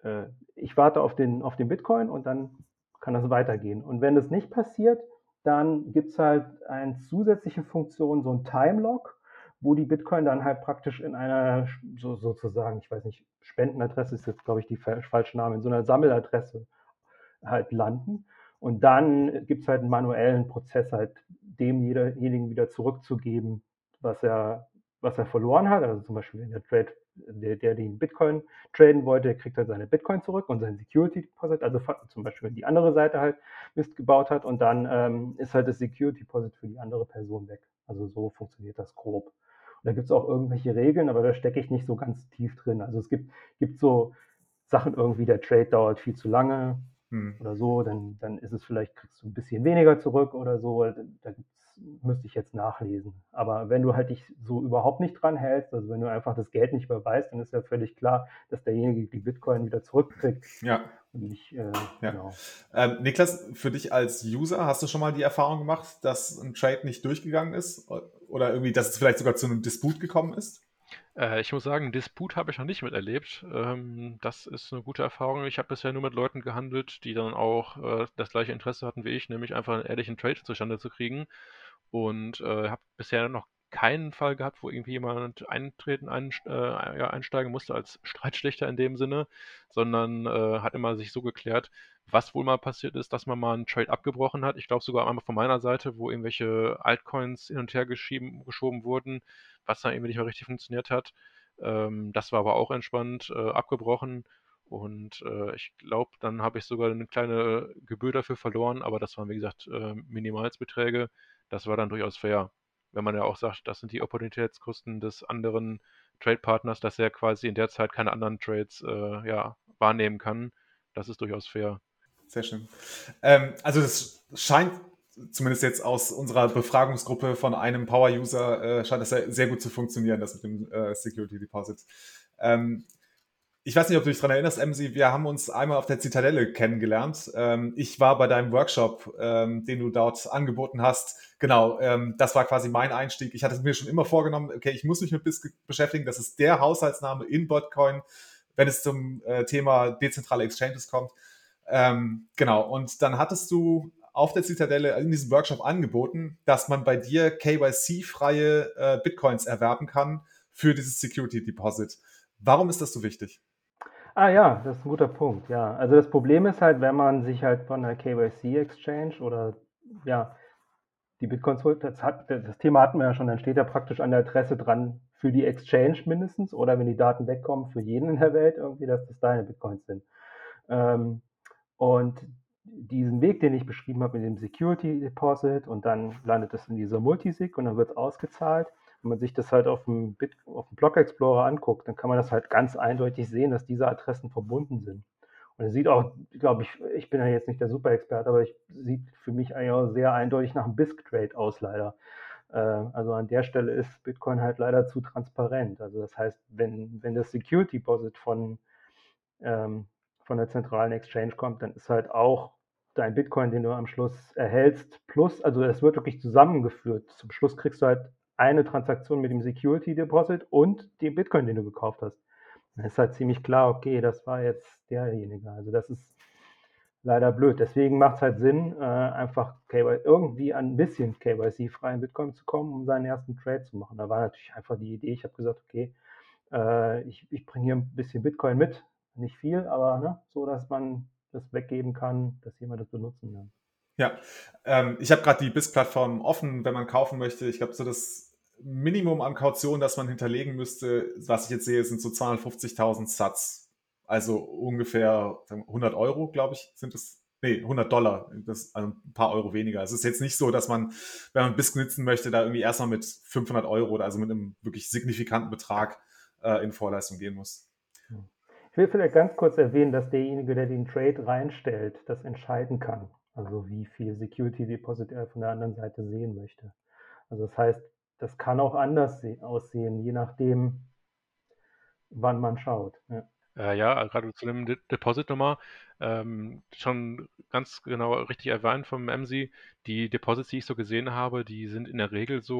D: ich warte auf den Bitcoin und dann kann das weitergehen. Und wenn das nicht passiert, dann gibt es halt eine zusätzliche Funktion, so ein Timelock, wo die Bitcoin dann halt praktisch in einer sozusagen, ich weiß nicht, Spendenadresse ist jetzt, glaube ich, die falsche Name, in so einer Sammeladresse halt landen. Und dann gibt es halt einen manuellen Prozess, halt demjenigen wieder zurückzugeben, was er verloren hat. Also zum Beispiel der den Bitcoin traden wollte, der kriegt halt seine Bitcoin zurück und sein Security Deposit. Also zum Beispiel, wenn die andere Seite halt Mist gebaut hat und dann ist halt das Security Deposit für die andere Person weg. Also so funktioniert das grob. Und da gibt es auch irgendwelche Regeln, aber da stecke ich nicht so ganz tief drin. Also es gibt so Sachen irgendwie, der Trade dauert viel zu lange oder so, dann ist es vielleicht, kriegst du ein bisschen weniger zurück oder so. Müsste ich jetzt nachlesen. Aber wenn du halt dich so überhaupt nicht dran hältst, also wenn du einfach das Geld nicht überweist, dann ist ja völlig klar, dass derjenige die Bitcoin wieder zurückkriegt.
A: Ja.
D: Und nicht,
A: Ja.
D: genau.
A: Niklas, für dich als User, hast du schon mal die Erfahrung gemacht, dass ein Trade nicht durchgegangen ist? Oder irgendwie, dass es vielleicht sogar zu einem Disput gekommen ist?
C: Ich muss sagen, Disput habe ich noch nicht miterlebt. Das ist eine gute Erfahrung. Ich habe bisher nur mit Leuten gehandelt, die dann auch das gleiche Interesse hatten wie ich, nämlich einfach einen ehrlichen Trade zustande zu kriegen. Und habe bisher noch keinen Fall gehabt, wo irgendwie jemand einsteigen musste als Streitschlichter in dem Sinne, sondern hat immer sich so geklärt, was wohl mal passiert ist, dass man mal einen Trade abgebrochen hat. Ich glaube sogar einmal von meiner Seite, wo irgendwelche Altcoins hin und her geschoben wurden, was dann irgendwie nicht mehr richtig funktioniert hat. Das war aber auch entspannt abgebrochen. Und ich glaube, dann habe ich sogar eine kleine Gebühr dafür verloren, aber das waren, wie gesagt, Minimalsbeträge. Das war dann durchaus fair. Wenn man ja auch sagt, das sind die Opportunitätskosten des anderen Trade-Partners, dass er quasi in der Zeit keine anderen Trades wahrnehmen kann. Das ist durchaus fair.
A: Sehr schön. Also das scheint, zumindest jetzt aus unserer Befragungsgruppe von einem Power-User, scheint das sehr gut zu funktionieren, das mit dem Security Deposit. Ich weiß nicht, ob du dich daran erinnerst, Emsi, wir haben uns einmal auf der Zitadelle kennengelernt. Ich war bei deinem Workshop, den du dort angeboten hast. Genau, das war quasi mein Einstieg. Ich hatte mir schon immer vorgenommen, okay, ich muss mich mit BISC beschäftigen. Das ist der Haushaltsname in Bitcoin, wenn es zum Thema dezentrale Exchanges kommt. Genau, und dann hattest du auf der Zitadelle in diesem Workshop angeboten, dass man bei dir KYC-freie Bitcoins erwerben kann für dieses Security Deposit. Warum ist das so wichtig?
D: Ja, das ist ein guter Punkt, ja. Also das Problem ist halt, wenn man sich halt von der KYC-Exchange oder ja, die Bitcoins holt, das Thema hatten wir ja schon, dann steht ja praktisch an der Adresse dran, für die Exchange mindestens oder wenn die Daten wegkommen, für jeden in der Welt irgendwie, dass das deine Bitcoins sind. Und diesen Weg, den ich beschrieben habe mit dem Security Deposit und dann landet es in dieser Multisig und dann wird es ausgezahlt. Wenn man sich das halt auf dem Block Explorer anguckt, dann kann man das halt ganz eindeutig sehen, dass diese Adressen verbunden sind. Und es sieht auch, glaube ich bin ja jetzt nicht der Super-Experte, aber es sieht für mich eigentlich auch sehr eindeutig nach einem BISC-Trade aus, leider. Also an der Stelle ist Bitcoin halt leider zu transparent. Also das heißt, wenn das Security Deposit von der zentralen Exchange kommt, dann ist halt auch dein Bitcoin, den du am Schluss erhältst, plus, also es wird wirklich zusammengeführt. Zum Schluss kriegst du halt eine Transaktion mit dem Security Deposit und dem Bitcoin, den du gekauft hast. Dann ist halt ziemlich klar, okay, das war jetzt derjenige. Also das ist leider blöd. Deswegen macht es halt Sinn, einfach irgendwie an ein bisschen KYC-freien Bitcoin zu kommen, um seinen ersten Trade zu machen. Da war natürlich einfach die Idee, ich habe gesagt, okay, ich bringe hier ein bisschen Bitcoin mit, nicht viel, aber ne, so, dass man das weggeben kann, dass jemand das benutzen kann.
A: Ja, ich habe gerade die BISC-Plattform offen, wenn man kaufen möchte. Ich glaube, so das Minimum an Kaution, das man hinterlegen müsste, was ich jetzt sehe, sind so 250.000 Sats. Also ungefähr 100 Euro, glaube ich, sind es. Nee, 100 Dollar. Das ist also ein paar Euro weniger. Es ist jetzt nicht so, dass man, wenn man BISC nutzen möchte, da irgendwie erstmal mit 500 Euro oder also mit einem wirklich signifikanten Betrag in Vorleistung gehen muss.
D: Ich will vielleicht ganz kurz erwähnen, dass derjenige, der den Trade reinstellt, das entscheiden kann. Also wie viel Security Deposit er von der anderen Seite sehen möchte. Also das heißt, das kann auch anders aussehen, je nachdem, wann man schaut.
C: Ja, gerade zu dem Deposit nochmal, schon ganz genau richtig erwähnt vom MSI. Die Deposits, die ich so gesehen habe, die sind in der Regel so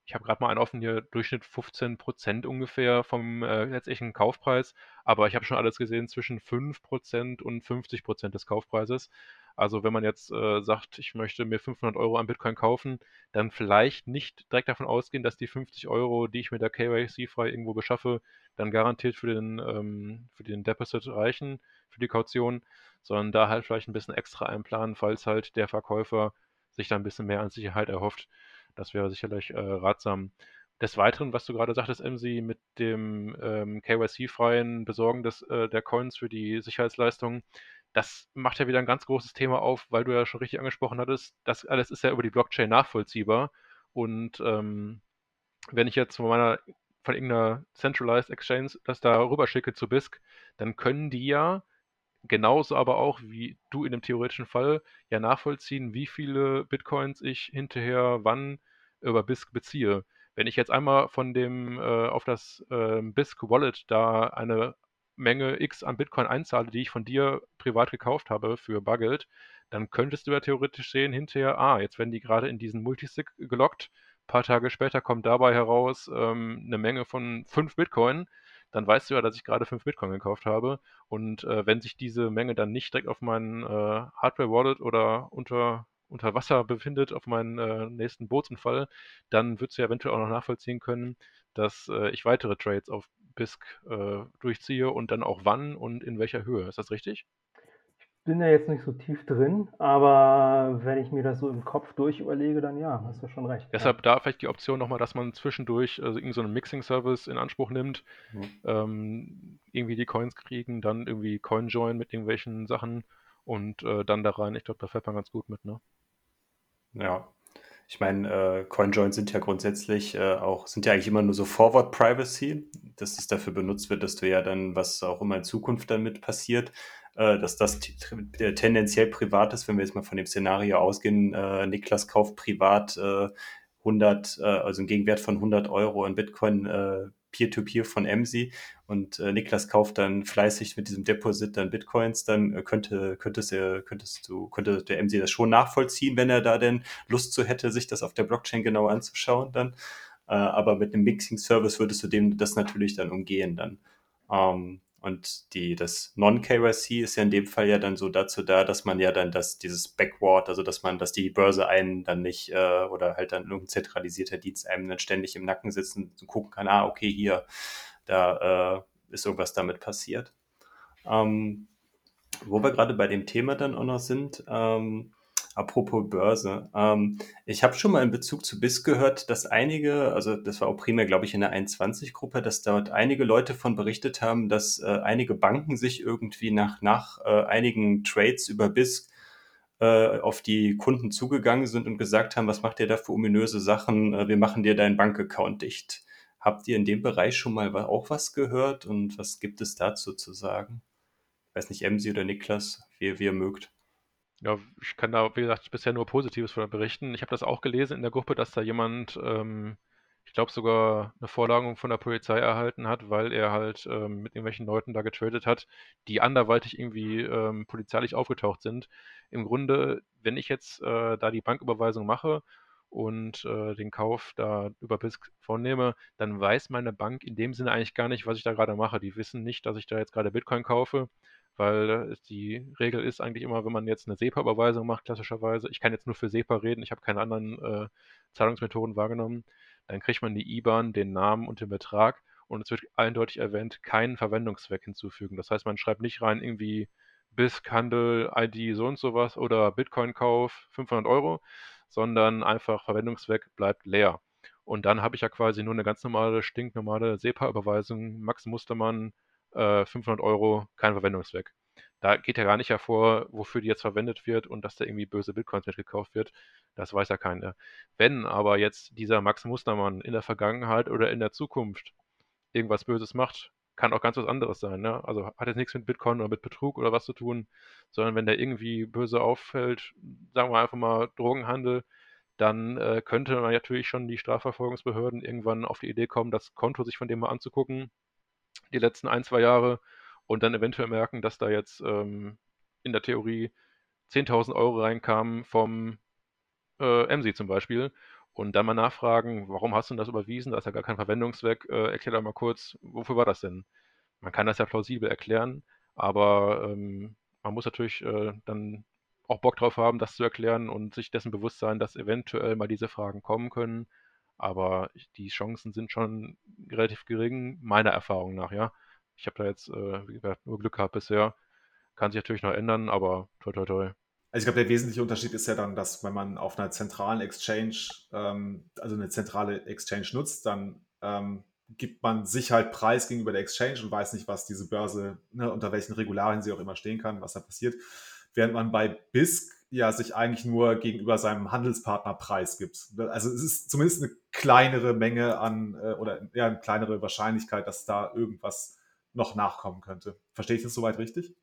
C: ich habe gerade mal einen offen hier, Durchschnitt 15% ungefähr vom letztlichen Kaufpreis, aber ich habe schon alles gesehen zwischen 5% und 50% des Kaufpreises. Also wenn man jetzt sagt, ich möchte mir 500 Euro an Bitcoin kaufen, dann vielleicht nicht direkt davon ausgehen, dass die 50 Euro, die ich mit der KYC-frei irgendwo beschaffe, dann garantiert für den Deposit reichen, für die Kaution, sondern da halt vielleicht ein bisschen extra einplanen, falls halt der Verkäufer sich da ein bisschen mehr an Sicherheit erhofft. Das wäre sicherlich ratsam. Des Weiteren, was du gerade sagtest, MC, mit dem KYC-freien Besorgen der Coins für die Sicherheitsleistung, das macht ja wieder ein ganz großes Thema auf, weil du ja schon richtig angesprochen hattest, das alles ist ja über die Blockchain nachvollziehbar. Und wenn ich jetzt von irgendeiner Centralized Exchange das da rüberschicke zu BISC, dann können die ja genauso aber auch wie du in dem theoretischen Fall ja nachvollziehen, wie viele Bitcoins ich hinterher wann über BISC beziehe. Wenn ich jetzt einmal von dem auf das BISC Wallet da eine Menge X an Bitcoin einzahle, die ich von dir privat gekauft habe für Bargeld, dann könntest du ja theoretisch sehen hinterher, jetzt werden die gerade in diesen Multisig gelockt. Ein paar Tage später kommt dabei heraus eine Menge von 5 Bitcoin. Dann weißt du ja, dass ich gerade 5 Bitcoin gekauft habe. Und wenn sich diese Menge dann nicht direkt auf meinen Hardware-Wallet oder unter Wasser befindet, auf meinen nächsten Bootsunfall, dann würdest du ja eventuell auch noch nachvollziehen können, dass ich weitere Trades auf BISC durchziehe und dann auch wann und in welcher Höhe. Ist das richtig?
D: Bin da jetzt nicht so tief drin, aber wenn ich mir das so im Kopf durchüberlege, dann ja, hast du schon recht. Ja.
C: Deshalb da vielleicht die Option nochmal, dass man zwischendurch irgend so einen Mixing-Service in Anspruch nimmt, irgendwie die Coins kriegen, dann irgendwie CoinJoin mit irgendwelchen Sachen und dann da rein. Ich glaube, da fährt man ganz gut mit, ne?
B: Ja. Ich meine, CoinJoins sind ja grundsätzlich sind ja eigentlich immer nur so Forward Privacy, dass es dafür benutzt wird, dass du ja dann, was auch immer in Zukunft damit passiert, dass das tendenziell privat ist, wenn wir jetzt mal von dem Szenario ausgehen, Niklas kauft privat 100, also einen Gegenwert von 100 Euro in Bitcoin Peer-to-Peer von EMSI und Niklas kauft dann fleißig mit diesem Deposit dann Bitcoins, dann könnte der EMSI das schon nachvollziehen, wenn er da denn Lust zu hätte, sich das auf der Blockchain genau anzuschauen dann. Aber mit einem Mixing-Service würdest du dem das natürlich dann umgehen dann. Und das Non-KYC ist ja in dem Fall ja dann so dazu da, dass man ja dann dieses Backward, also dass die Börse einen dann nicht oder halt dann irgendein zentralisierter Dienst einem dann ständig im Nacken sitzt und gucken kann, okay, hier, da ist irgendwas damit passiert. Wo wir gerade bei dem Thema dann auch noch sind, apropos Börse. Ich habe schon mal in Bezug zu BIS gehört, dass also das war auch primär, glaube ich, in der 21-Gruppe, dass dort einige Leute von berichtet haben, dass einige Banken sich irgendwie nach einigen Trades über BIS auf die Kunden zugegangen sind und gesagt haben, was macht ihr da für ominöse Sachen? Wir machen dir deinen Bankaccount dicht. Habt ihr in dem Bereich schon mal auch was gehört und was gibt es dazu zu sagen? Ich weiß nicht, Emsi oder Niklas, wie ihr mögt.
C: Ja, ich kann da, wie gesagt, bisher nur Positives von berichten. Ich habe das auch gelesen in der Gruppe, dass da jemand, ich glaube sogar eine Vorladung von der Polizei erhalten hat, weil er halt mit irgendwelchen Leuten da getradet hat, die anderweitig irgendwie polizeilich aufgetaucht sind. Im Grunde, wenn ich jetzt da die Banküberweisung mache und den Kauf da über BISC vornehme, dann weiß meine Bank in dem Sinne eigentlich gar nicht, was ich da gerade mache. Die wissen nicht, dass ich da jetzt gerade Bitcoin kaufe, weil die Regel ist eigentlich immer, wenn man jetzt eine SEPA-Überweisung macht, klassischerweise, ich kann jetzt nur für SEPA reden, ich habe keine anderen Zahlungsmethoden wahrgenommen, dann kriegt man die IBAN, den Namen und den Betrag und es wird eindeutig erwähnt, keinen Verwendungszweck hinzufügen. Das heißt, man schreibt nicht rein irgendwie BISC, Handel, ID so und sowas oder Bitcoin-Kauf 500 Euro, sondern einfach Verwendungszweck bleibt leer. Und dann habe ich ja quasi nur eine ganz normale, stinknormale SEPA-Überweisung, Max Mustermann, 500 Euro, kein Verwendungszweck. Da geht ja gar nicht hervor, wofür die jetzt verwendet wird und dass da irgendwie böse Bitcoins mitgekauft wird. Das weiß ja keiner. Wenn aber jetzt dieser Max Mustermann in der Vergangenheit oder in der Zukunft irgendwas Böses macht, kann auch ganz was anderes sein. Ne? Also hat jetzt nichts mit Bitcoin oder mit Betrug oder was zu tun, sondern wenn der irgendwie böse auffällt, sagen wir einfach mal Drogenhandel, dann könnte man natürlich schon die Strafverfolgungsbehörden irgendwann auf die Idee kommen, das Konto sich von dem mal anzugucken, die letzten 1, 2 Jahre, und dann eventuell merken, dass da jetzt in der Theorie 10.000 Euro reinkamen vom EMSI zum Beispiel und dann mal nachfragen, warum hast du denn das überwiesen? Da ist ja gar kein Verwendungszweck. Erklär doch mal kurz, wofür war das denn? Man kann das ja plausibel erklären, aber man muss natürlich dann auch Bock drauf haben, das zu erklären und sich dessen bewusst sein, dass eventuell mal diese Fragen kommen können. Aber die Chancen sind schon relativ gering, meiner Erfahrung nach, ja. Ich habe da jetzt, wie gesagt, nur Glück gehabt bisher. Kann sich natürlich noch ändern, aber toi toi toi.
A: Also ich glaube, der wesentliche Unterschied ist ja dann, dass wenn man auf einer zentralen Exchange, also eine zentrale Exchange nutzt, dann gibt man sich halt preis gegenüber der Exchange und weiß nicht, was diese Börse, ne, unter welchen Regularien sie auch immer stehen kann, was da passiert. Während man bei BISC ja sich eigentlich nur gegenüber seinem Handelspartner preisgibt. Also es ist zumindest eine kleinere Menge an, oder ja, eine kleinere Wahrscheinlichkeit, dass da irgendwas noch nachkommen könnte. Verstehe ich das soweit richtig?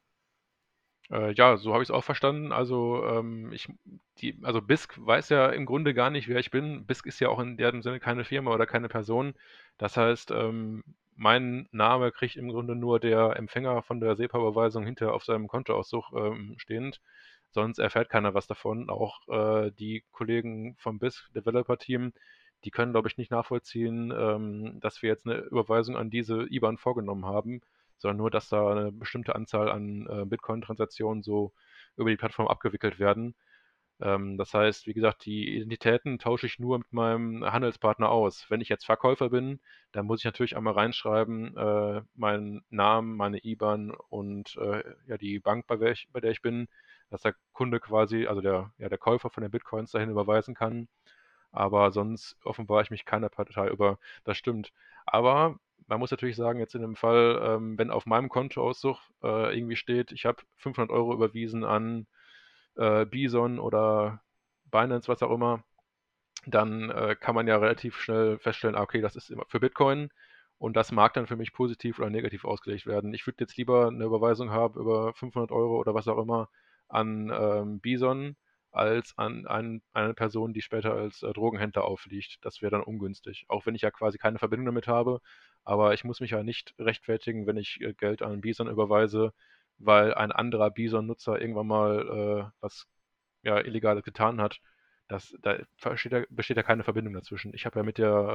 C: Ja, so habe ich es auch verstanden. Also, also BISC weiß ja im Grunde gar nicht, wer ich bin. BISC ist ja auch in dem Sinne keine Firma oder keine Person. Das heißt, mein Name kriegt im Grunde nur der Empfänger von der SEPA-Überweisung hinterher auf seinem Kontoauszug stehend. Sonst erfährt keiner was davon. Auch die Kollegen vom BISC Developer Team, die können, glaube ich, nicht nachvollziehen, dass wir jetzt eine Überweisung an diese IBAN vorgenommen haben, sondern nur, dass da eine bestimmte Anzahl an Bitcoin-Transaktionen so über die Plattform abgewickelt werden. Das heißt, wie gesagt, die Identitäten tausche ich nur mit meinem Handelspartner aus. Wenn ich jetzt Verkäufer bin, dann muss ich natürlich einmal reinschreiben, meinen Namen, meine IBAN und ja, die Bank, bei der ich bin, dass der Kunde quasi, also der Käufer von den Bitcoins dahin überweisen kann. Aber sonst offenbare ich mich keiner Partei über. Das stimmt. Aber man muss natürlich sagen, jetzt in dem Fall, wenn auf meinem Kontoauszug irgendwie steht, ich habe 500 Euro überwiesen an Bison oder Binance, was auch immer, dann kann man ja relativ schnell feststellen, okay, das ist immer für Bitcoin und das mag dann für mich positiv oder negativ ausgelegt werden. Ich würde jetzt lieber eine Überweisung haben über 500 Euro oder was auch immer an Bison als an eine Person, die später als Drogenhändler auffliegt. Das wäre dann ungünstig, auch wenn ich ja quasi keine Verbindung damit habe. Aber ich muss mich ja nicht rechtfertigen, wenn ich Geld an Bison überweise, weil ein anderer Bison-Nutzer irgendwann mal was ja, Illegales getan hat. Da besteht ja keine Verbindung dazwischen. Ich habe ja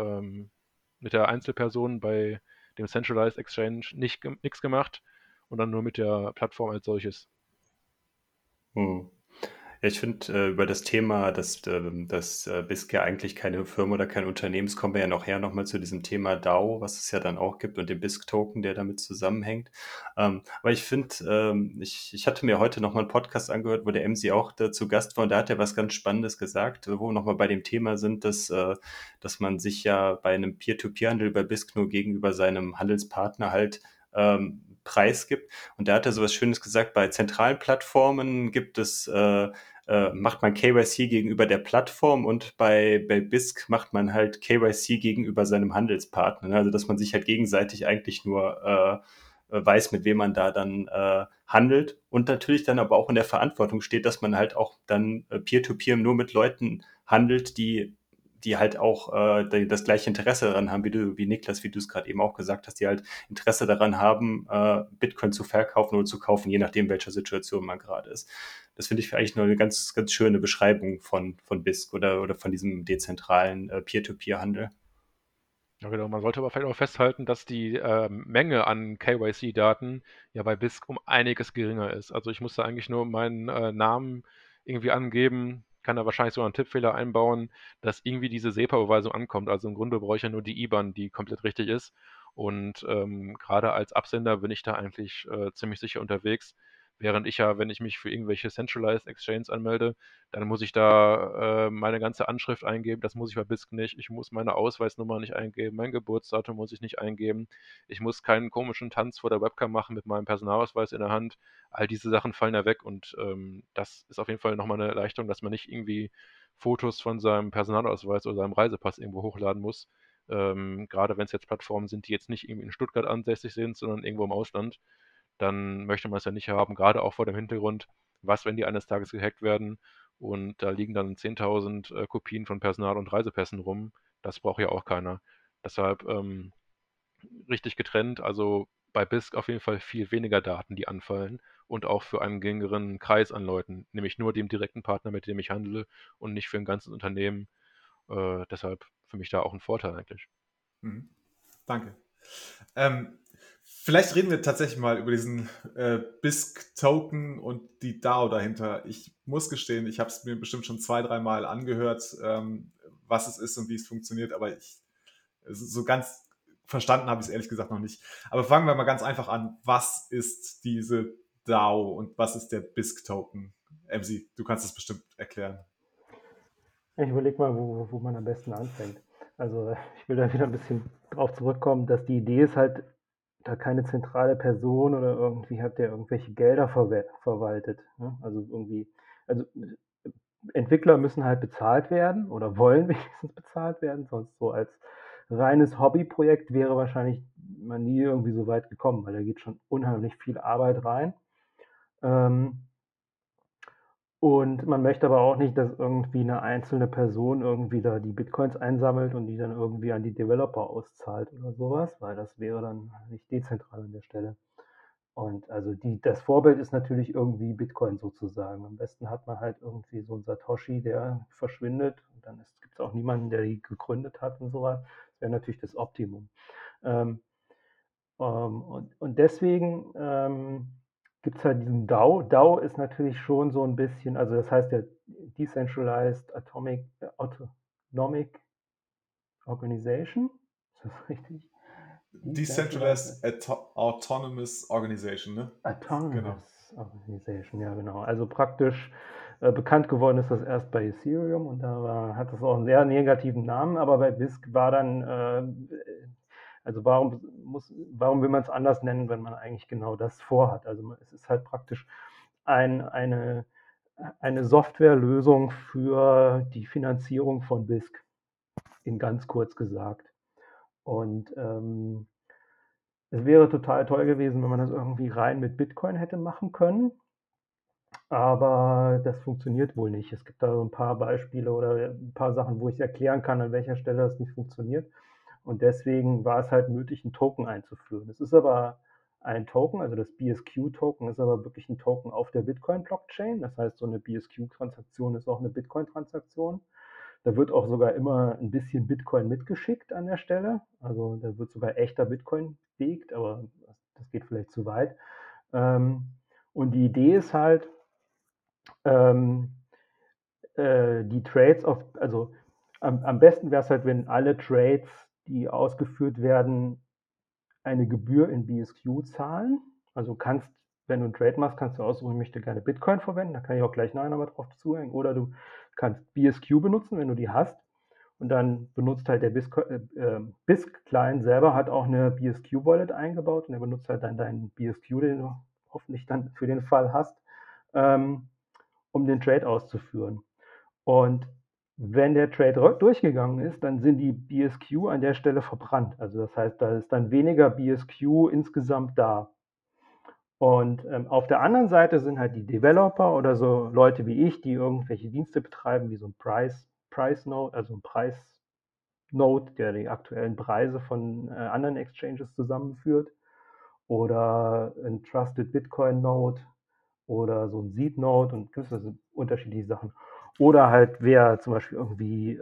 C: mit der Einzelperson bei dem Centralized Exchange nichts gemacht und dann nur mit der Plattform als solches.
B: Hm. Ja, ich finde, über das Thema, dass BISC ja eigentlich keine Firma oder kein Unternehmen ist, kommen wir ja nochmal zu diesem Thema DAO, was es ja dann auch gibt und dem BISC-Token, der damit zusammenhängt. Aber ich finde, ich hatte mir heute nochmal einen Podcast angehört, wo der MC auch zu Gast war und da hat er was ganz Spannendes gesagt, wo wir nochmal bei dem Thema sind, dass man sich ja bei einem Peer-to-Peer-Handel bei BISC nur gegenüber seinem Handelspartner halt preisgibt. Und da hat er sowas Schönes gesagt, bei zentralen Plattformen macht man KYC gegenüber der Plattform und bei BISC macht man halt KYC gegenüber seinem Handelspartner. Ne? Also dass man sich halt gegenseitig eigentlich nur weiß, mit wem man da dann handelt und natürlich dann aber auch in der Verantwortung steht, dass man halt auch dann Peer-to-Peer nur mit Leuten handelt, die halt auch das gleiche Interesse daran haben, wie Niklas, wie du es gerade eben auch gesagt hast, die halt Interesse daran haben, Bitcoin zu verkaufen oder zu kaufen, je nachdem, welcher Situation man gerade ist. Das finde ich eigentlich nur eine ganz, ganz schöne Beschreibung von BISC oder von diesem dezentralen Peer-to-Peer-Handel.
C: Ja, genau. Man sollte aber vielleicht auch festhalten, dass die Menge an KYC-Daten ja bei BISC um einiges geringer ist. Also ich muss da eigentlich nur meinen Namen irgendwie angeben, kann da wahrscheinlich so einen Tippfehler einbauen, dass irgendwie diese SEPA-Überweisung ankommt. Also im Grunde brauche ich ja nur die IBAN, die komplett richtig ist. Und gerade als Absender bin ich da eigentlich ziemlich sicher unterwegs. Während ich ja, wenn ich mich für irgendwelche Centralized Exchanges anmelde, dann muss ich da meine ganze Anschrift eingeben. Das muss ich bei BISC nicht. Ich muss meine Ausweisnummer nicht eingeben. Mein Geburtsdatum muss ich nicht eingeben. Ich muss keinen komischen Tanz vor der Webcam machen mit meinem Personalausweis in der Hand. All diese Sachen fallen ja weg und das ist auf jeden Fall nochmal eine Erleichterung, dass man nicht irgendwie Fotos von seinem Personalausweis oder seinem Reisepass irgendwo hochladen muss. Gerade wenn es jetzt Plattformen sind, die jetzt nicht irgendwie in Stuttgart ansässig sind, sondern irgendwo im Ausland, dann möchte man es ja nicht haben, gerade auch vor dem Hintergrund, was, wenn die eines Tages gehackt werden und da liegen dann 10.000 Kopien von Personal- und Reisepässen rum. Das braucht ja auch keiner. Deshalb richtig getrennt, also bei BISC auf jeden Fall viel weniger Daten, die anfallen und auch für einen geringeren Kreis an Leuten, nämlich nur dem direkten Partner, mit dem ich handle und nicht für ein ganzes Unternehmen. Deshalb für mich da auch ein Vorteil eigentlich.
A: Mhm. Danke. Vielleicht reden wir tatsächlich mal über diesen BISC-Token und die DAO dahinter. Ich muss gestehen, ich habe es mir bestimmt schon 2-3 Mal angehört, was es ist und wie es funktioniert, aber so ganz verstanden habe ich es ehrlich gesagt noch nicht. Aber fangen wir mal ganz einfach an. Was ist diese DAO und was ist der BISC-Token? MC, du kannst es bestimmt erklären.
D: Ich überlege mal, wo man am besten anfängt. Also ich will da wieder ein bisschen drauf zurückkommen, dass die Idee ist halt, da keine zentrale Person oder irgendwie hat der irgendwelche Gelder verwaltet. Ne? Also Entwickler müssen halt bezahlt werden oder wollen wenigstens bezahlt werden, sonst so als reines Hobbyprojekt wäre wahrscheinlich man nie irgendwie so weit gekommen, weil da geht schon unheimlich viel Arbeit rein. Und man möchte aber auch nicht, dass irgendwie eine einzelne Person irgendwie da die Bitcoins einsammelt und die dann irgendwie an die Developer auszahlt oder sowas, weil das wäre dann nicht dezentral an der Stelle. Und also das Vorbild ist natürlich irgendwie Bitcoin sozusagen. Am besten hat man halt irgendwie so einen Satoshi, der verschwindet und dann gibt es auch niemanden, der die gegründet hat und sowas. Das wäre natürlich das Optimum. Und deswegen gibt es halt diesen DAO. DAO ist natürlich schon so ein bisschen, also das heißt ja Decentralized Autonomic Organization. Ist das richtig?
A: Decentralized Autonomous Organization, ne? Genau.
D: Autonomous Organization, ja genau. Also praktisch bekannt geworden ist das erst bei Ethereum und hat das auch einen sehr negativen Namen, aber bei BISC war dann, also warum will man es anders nennen, wenn man eigentlich genau das vorhat? Also es ist halt praktisch eine Softwarelösung für die Finanzierung von BISC, in ganz kurz gesagt. Und es wäre total toll gewesen, wenn man das irgendwie rein mit Bitcoin hätte machen können. Aber das funktioniert wohl nicht. Es gibt da so ein paar Beispiele oder ein paar Sachen, wo ich erklären kann, an welcher Stelle das nicht funktioniert. Und deswegen war es halt nötig, einen Token einzuführen. Es ist aber ein Token, also das BSQ-Token ist aber wirklich ein Token auf der Bitcoin-Blockchain. Das heißt, so eine BSQ-Transaktion ist auch eine Bitcoin-Transaktion. Da wird auch sogar immer ein bisschen Bitcoin mitgeschickt an der Stelle. Also da wird sogar echter Bitcoin belegt, aber das geht vielleicht zu weit. Und die Idee ist halt, die Trades also am besten wäre es halt, wenn alle Trades, die ausgeführt werden, eine Gebühr in BSQ zahlen. Also wenn du einen Trade machst, kannst du aussuchen, ich möchte gerne Bitcoin verwenden, da kann ich auch gleich nachher nochmal drauf zuhängen. Oder du kannst BSQ benutzen, wenn du die hast. Und dann benutzt halt der BISC-Client selber, hat auch eine BSQ-Wallet eingebaut und er benutzt halt dann deinen BSQ, den du hoffentlich dann für den Fall hast, um den Trade auszuführen. Und wenn der Trade durchgegangen ist, dann sind die BSQ an der Stelle verbrannt. Also das heißt, da ist dann weniger BSQ insgesamt da. Und auf der anderen Seite sind halt die Developer oder so Leute wie ich, die irgendwelche Dienste betreiben, wie so ein Price Node, also ein Preis-Node, der die aktuellen Preise von anderen Exchanges zusammenführt, oder ein Trusted Bitcoin Node oder so ein Seed Node und das sind unterschiedliche Sachen. Oder halt wer zum Beispiel irgendwie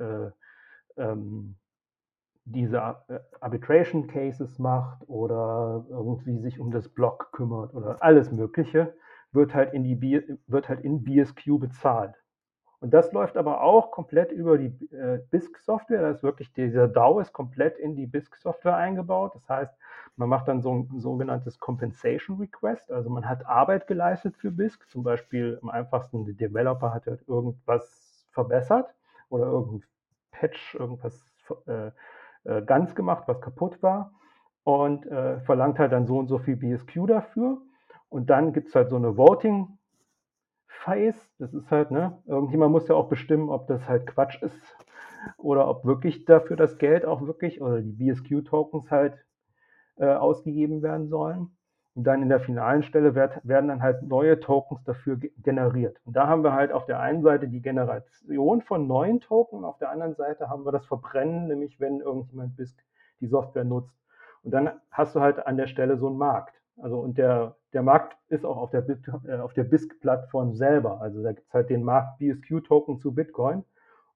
D: diese Arbitration Cases macht oder irgendwie sich um das Block kümmert oder alles Mögliche, wird halt in BSQ bezahlt. Und das läuft aber auch komplett über die BISC-Software. Das ist wirklich, dieser DAO ist komplett in die BISC-Software eingebaut. Das heißt, man macht dann so ein sogenanntes Compensation Request. Also man hat Arbeit geleistet für BISC. Zum Beispiel am einfachsten, der Developer hat halt irgendwas verbessert oder irgendein Patch, irgendwas ganz gemacht, was kaputt war und verlangt halt dann so und so viel BSQ dafür. Und dann gibt es halt so eine Voting Phase. Das ist halt, ne, irgendjemand muss ja auch bestimmen, ob das halt Quatsch ist oder ob wirklich dafür das Geld auch wirklich oder die BSQ-Tokens halt ausgegeben werden sollen. Und dann in der finalen Stelle werden dann halt neue Tokens dafür generiert. Und da haben wir halt auf der einen Seite die Generation von neuen Tokens, auf der anderen Seite haben wir das Verbrennen, nämlich wenn irgendjemand BISC die Software nutzt. Und dann hast du halt an der Stelle so einen Markt. Also und der Markt ist auch auf der BISC-Plattform selber. Also da gibt es halt den Markt BSQ-Token zu Bitcoin.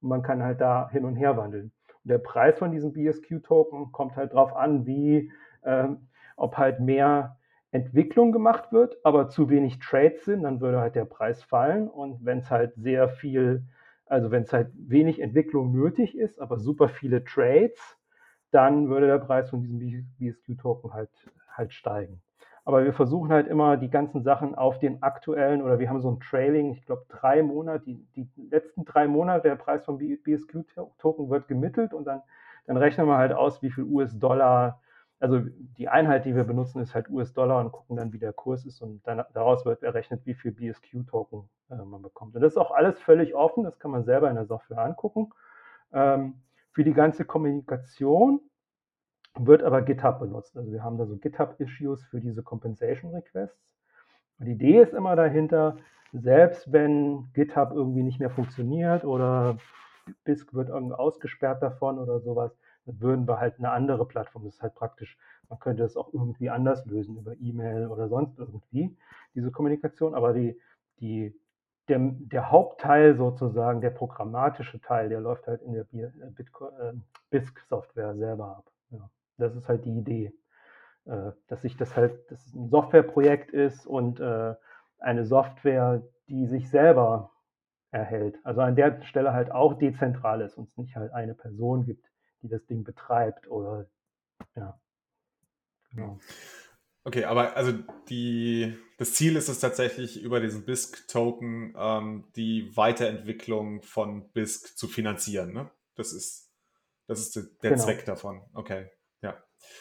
D: und man kann halt da hin und her wandeln. Und der Preis von diesen BSQ-Token kommt halt drauf an, ob halt mehr Entwicklung gemacht wird, aber zu wenig Trades sind, dann würde halt der Preis fallen. Und wenn es halt wenn es halt wenig Entwicklung nötig ist, aber super viele Trades, dann würde der Preis von diesem BSQ-Token halt steigen. Aber wir versuchen halt immer die ganzen Sachen auf den aktuellen, oder wir haben so ein Trailing, ich glaube 3 Monate, die letzten 3 Monate, der Preis vom BSQ-Token wird gemittelt und dann rechnen wir halt aus, wie viel US-Dollar, also die Einheit, die wir benutzen, ist halt US-Dollar und gucken dann, wie der Kurs ist und dann daraus wird errechnet, wie viel BSQ-Token man bekommt. Und das ist auch alles völlig offen, das kann man selber in der Software angucken. Für die ganze Kommunikation wird aber GitHub benutzt. Also wir haben da so GitHub-Issues für diese Compensation Requests. Und die Idee ist immer dahinter, selbst wenn GitHub irgendwie nicht mehr funktioniert oder BISC wird irgendwie ausgesperrt davon oder sowas, dann würden wir halt eine andere Plattform, das ist halt praktisch, man könnte das auch irgendwie anders lösen, über E-Mail oder sonst irgendwie, diese Kommunikation, aber der Hauptteil sozusagen, der programmatische Teil, der läuft halt in der BISC-Software selber ab. Ja. Das ist halt die Idee, dass es ein Softwareprojekt ist und eine Software, die sich selber erhält. Also an der Stelle halt auch dezentral ist und es nicht halt eine Person gibt, die das Ding betreibt oder ja. Genau.
A: Okay, aber also das Ziel ist es tatsächlich, über diesen BISC-Token die Weiterentwicklung von BISC zu finanzieren, ne? Das ist der
D: Genau.
A: Zweck davon. Okay, ja.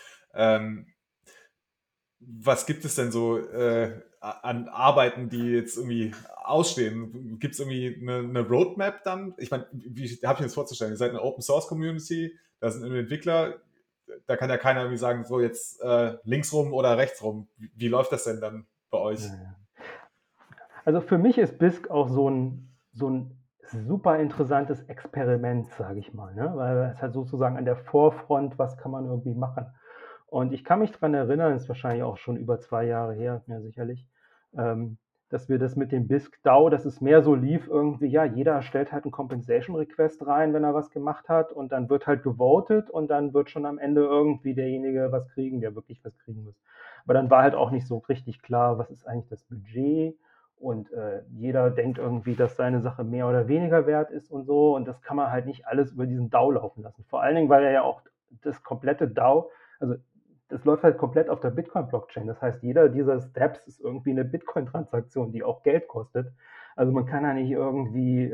A: Was gibt es denn so an Arbeiten, die jetzt irgendwie ausstehen? Gibt es irgendwie eine Roadmap dann? Ich meine, wie habe ich mir das vorzustellen? Ihr seid eine Open-Source-Community, da sind Entwickler, da kann ja keiner irgendwie sagen, so jetzt links rum oder rechts rum. Wie läuft das denn dann bei euch?
D: Ja. Also für mich ist BISC auch so ein super interessantes Experiment, sage ich mal, ne? Weil es halt sozusagen an der Vorfront, was kann man irgendwie machen. Und ich kann mich daran erinnern, ist wahrscheinlich auch schon über 2 Jahre her, ja sicherlich, dass wir das mit dem BISC DAO, dass es mehr so lief irgendwie, ja, jeder stellt halt einen Compensation Request rein, wenn er was gemacht hat und dann wird halt gewotet und dann wird schon am Ende irgendwie derjenige was kriegen, der wirklich was kriegen muss. Aber dann war halt auch nicht so richtig klar, was ist eigentlich das Budget und jeder denkt irgendwie, dass seine Sache mehr oder weniger wert ist und so und das kann man halt nicht alles über diesen DAO laufen lassen. Vor allen Dingen, weil er ja auch das komplette DAO, also das läuft halt komplett auf der Bitcoin-Blockchain. Das heißt, jeder dieser Steps ist irgendwie eine Bitcoin-Transaktion, die auch Geld kostet. Also man kann ja nicht irgendwie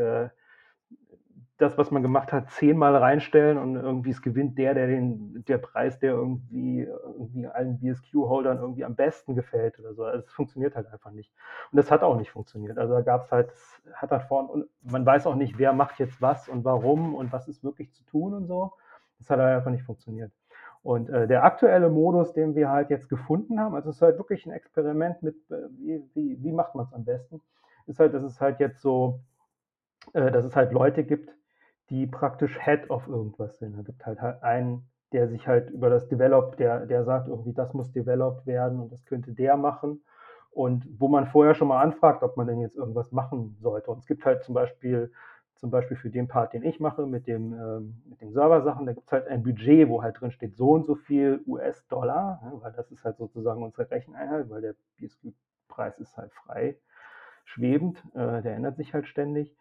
D: das, was man gemacht hat, 10-mal reinstellen und irgendwie es gewinnt der Preis, der irgendwie allen BSQ-Holdern irgendwie am besten gefällt oder so. Also es funktioniert halt einfach nicht. Und das hat auch nicht funktioniert. Also da gab es halt, hat halt vorne, und man weiß auch nicht, wer macht jetzt was und warum und was ist wirklich zu tun und so. Das hat halt einfach nicht funktioniert. Und der aktuelle Modus, den wir halt jetzt gefunden haben, also es ist halt wirklich ein Experiment mit, wie macht man es am besten, ist halt, dass es halt jetzt so, dass es halt Leute gibt, die praktisch Head of irgendwas sind. Da gibt halt einen, der sich halt über das Develop, der sagt irgendwie, das muss developed werden und das könnte der machen. Und wo man vorher schon mal anfragt, ob man denn jetzt irgendwas machen sollte. Und es gibt halt zum Beispiel für den Part, den ich mache, mit dem Server-Sachen, da gibt es halt ein Budget, wo halt drin steht, so und so viel US-Dollar, ne, weil das ist halt sozusagen unsere Recheneinheit, weil der BSQ-Preis ist halt frei schwebend, der ändert sich halt ständig.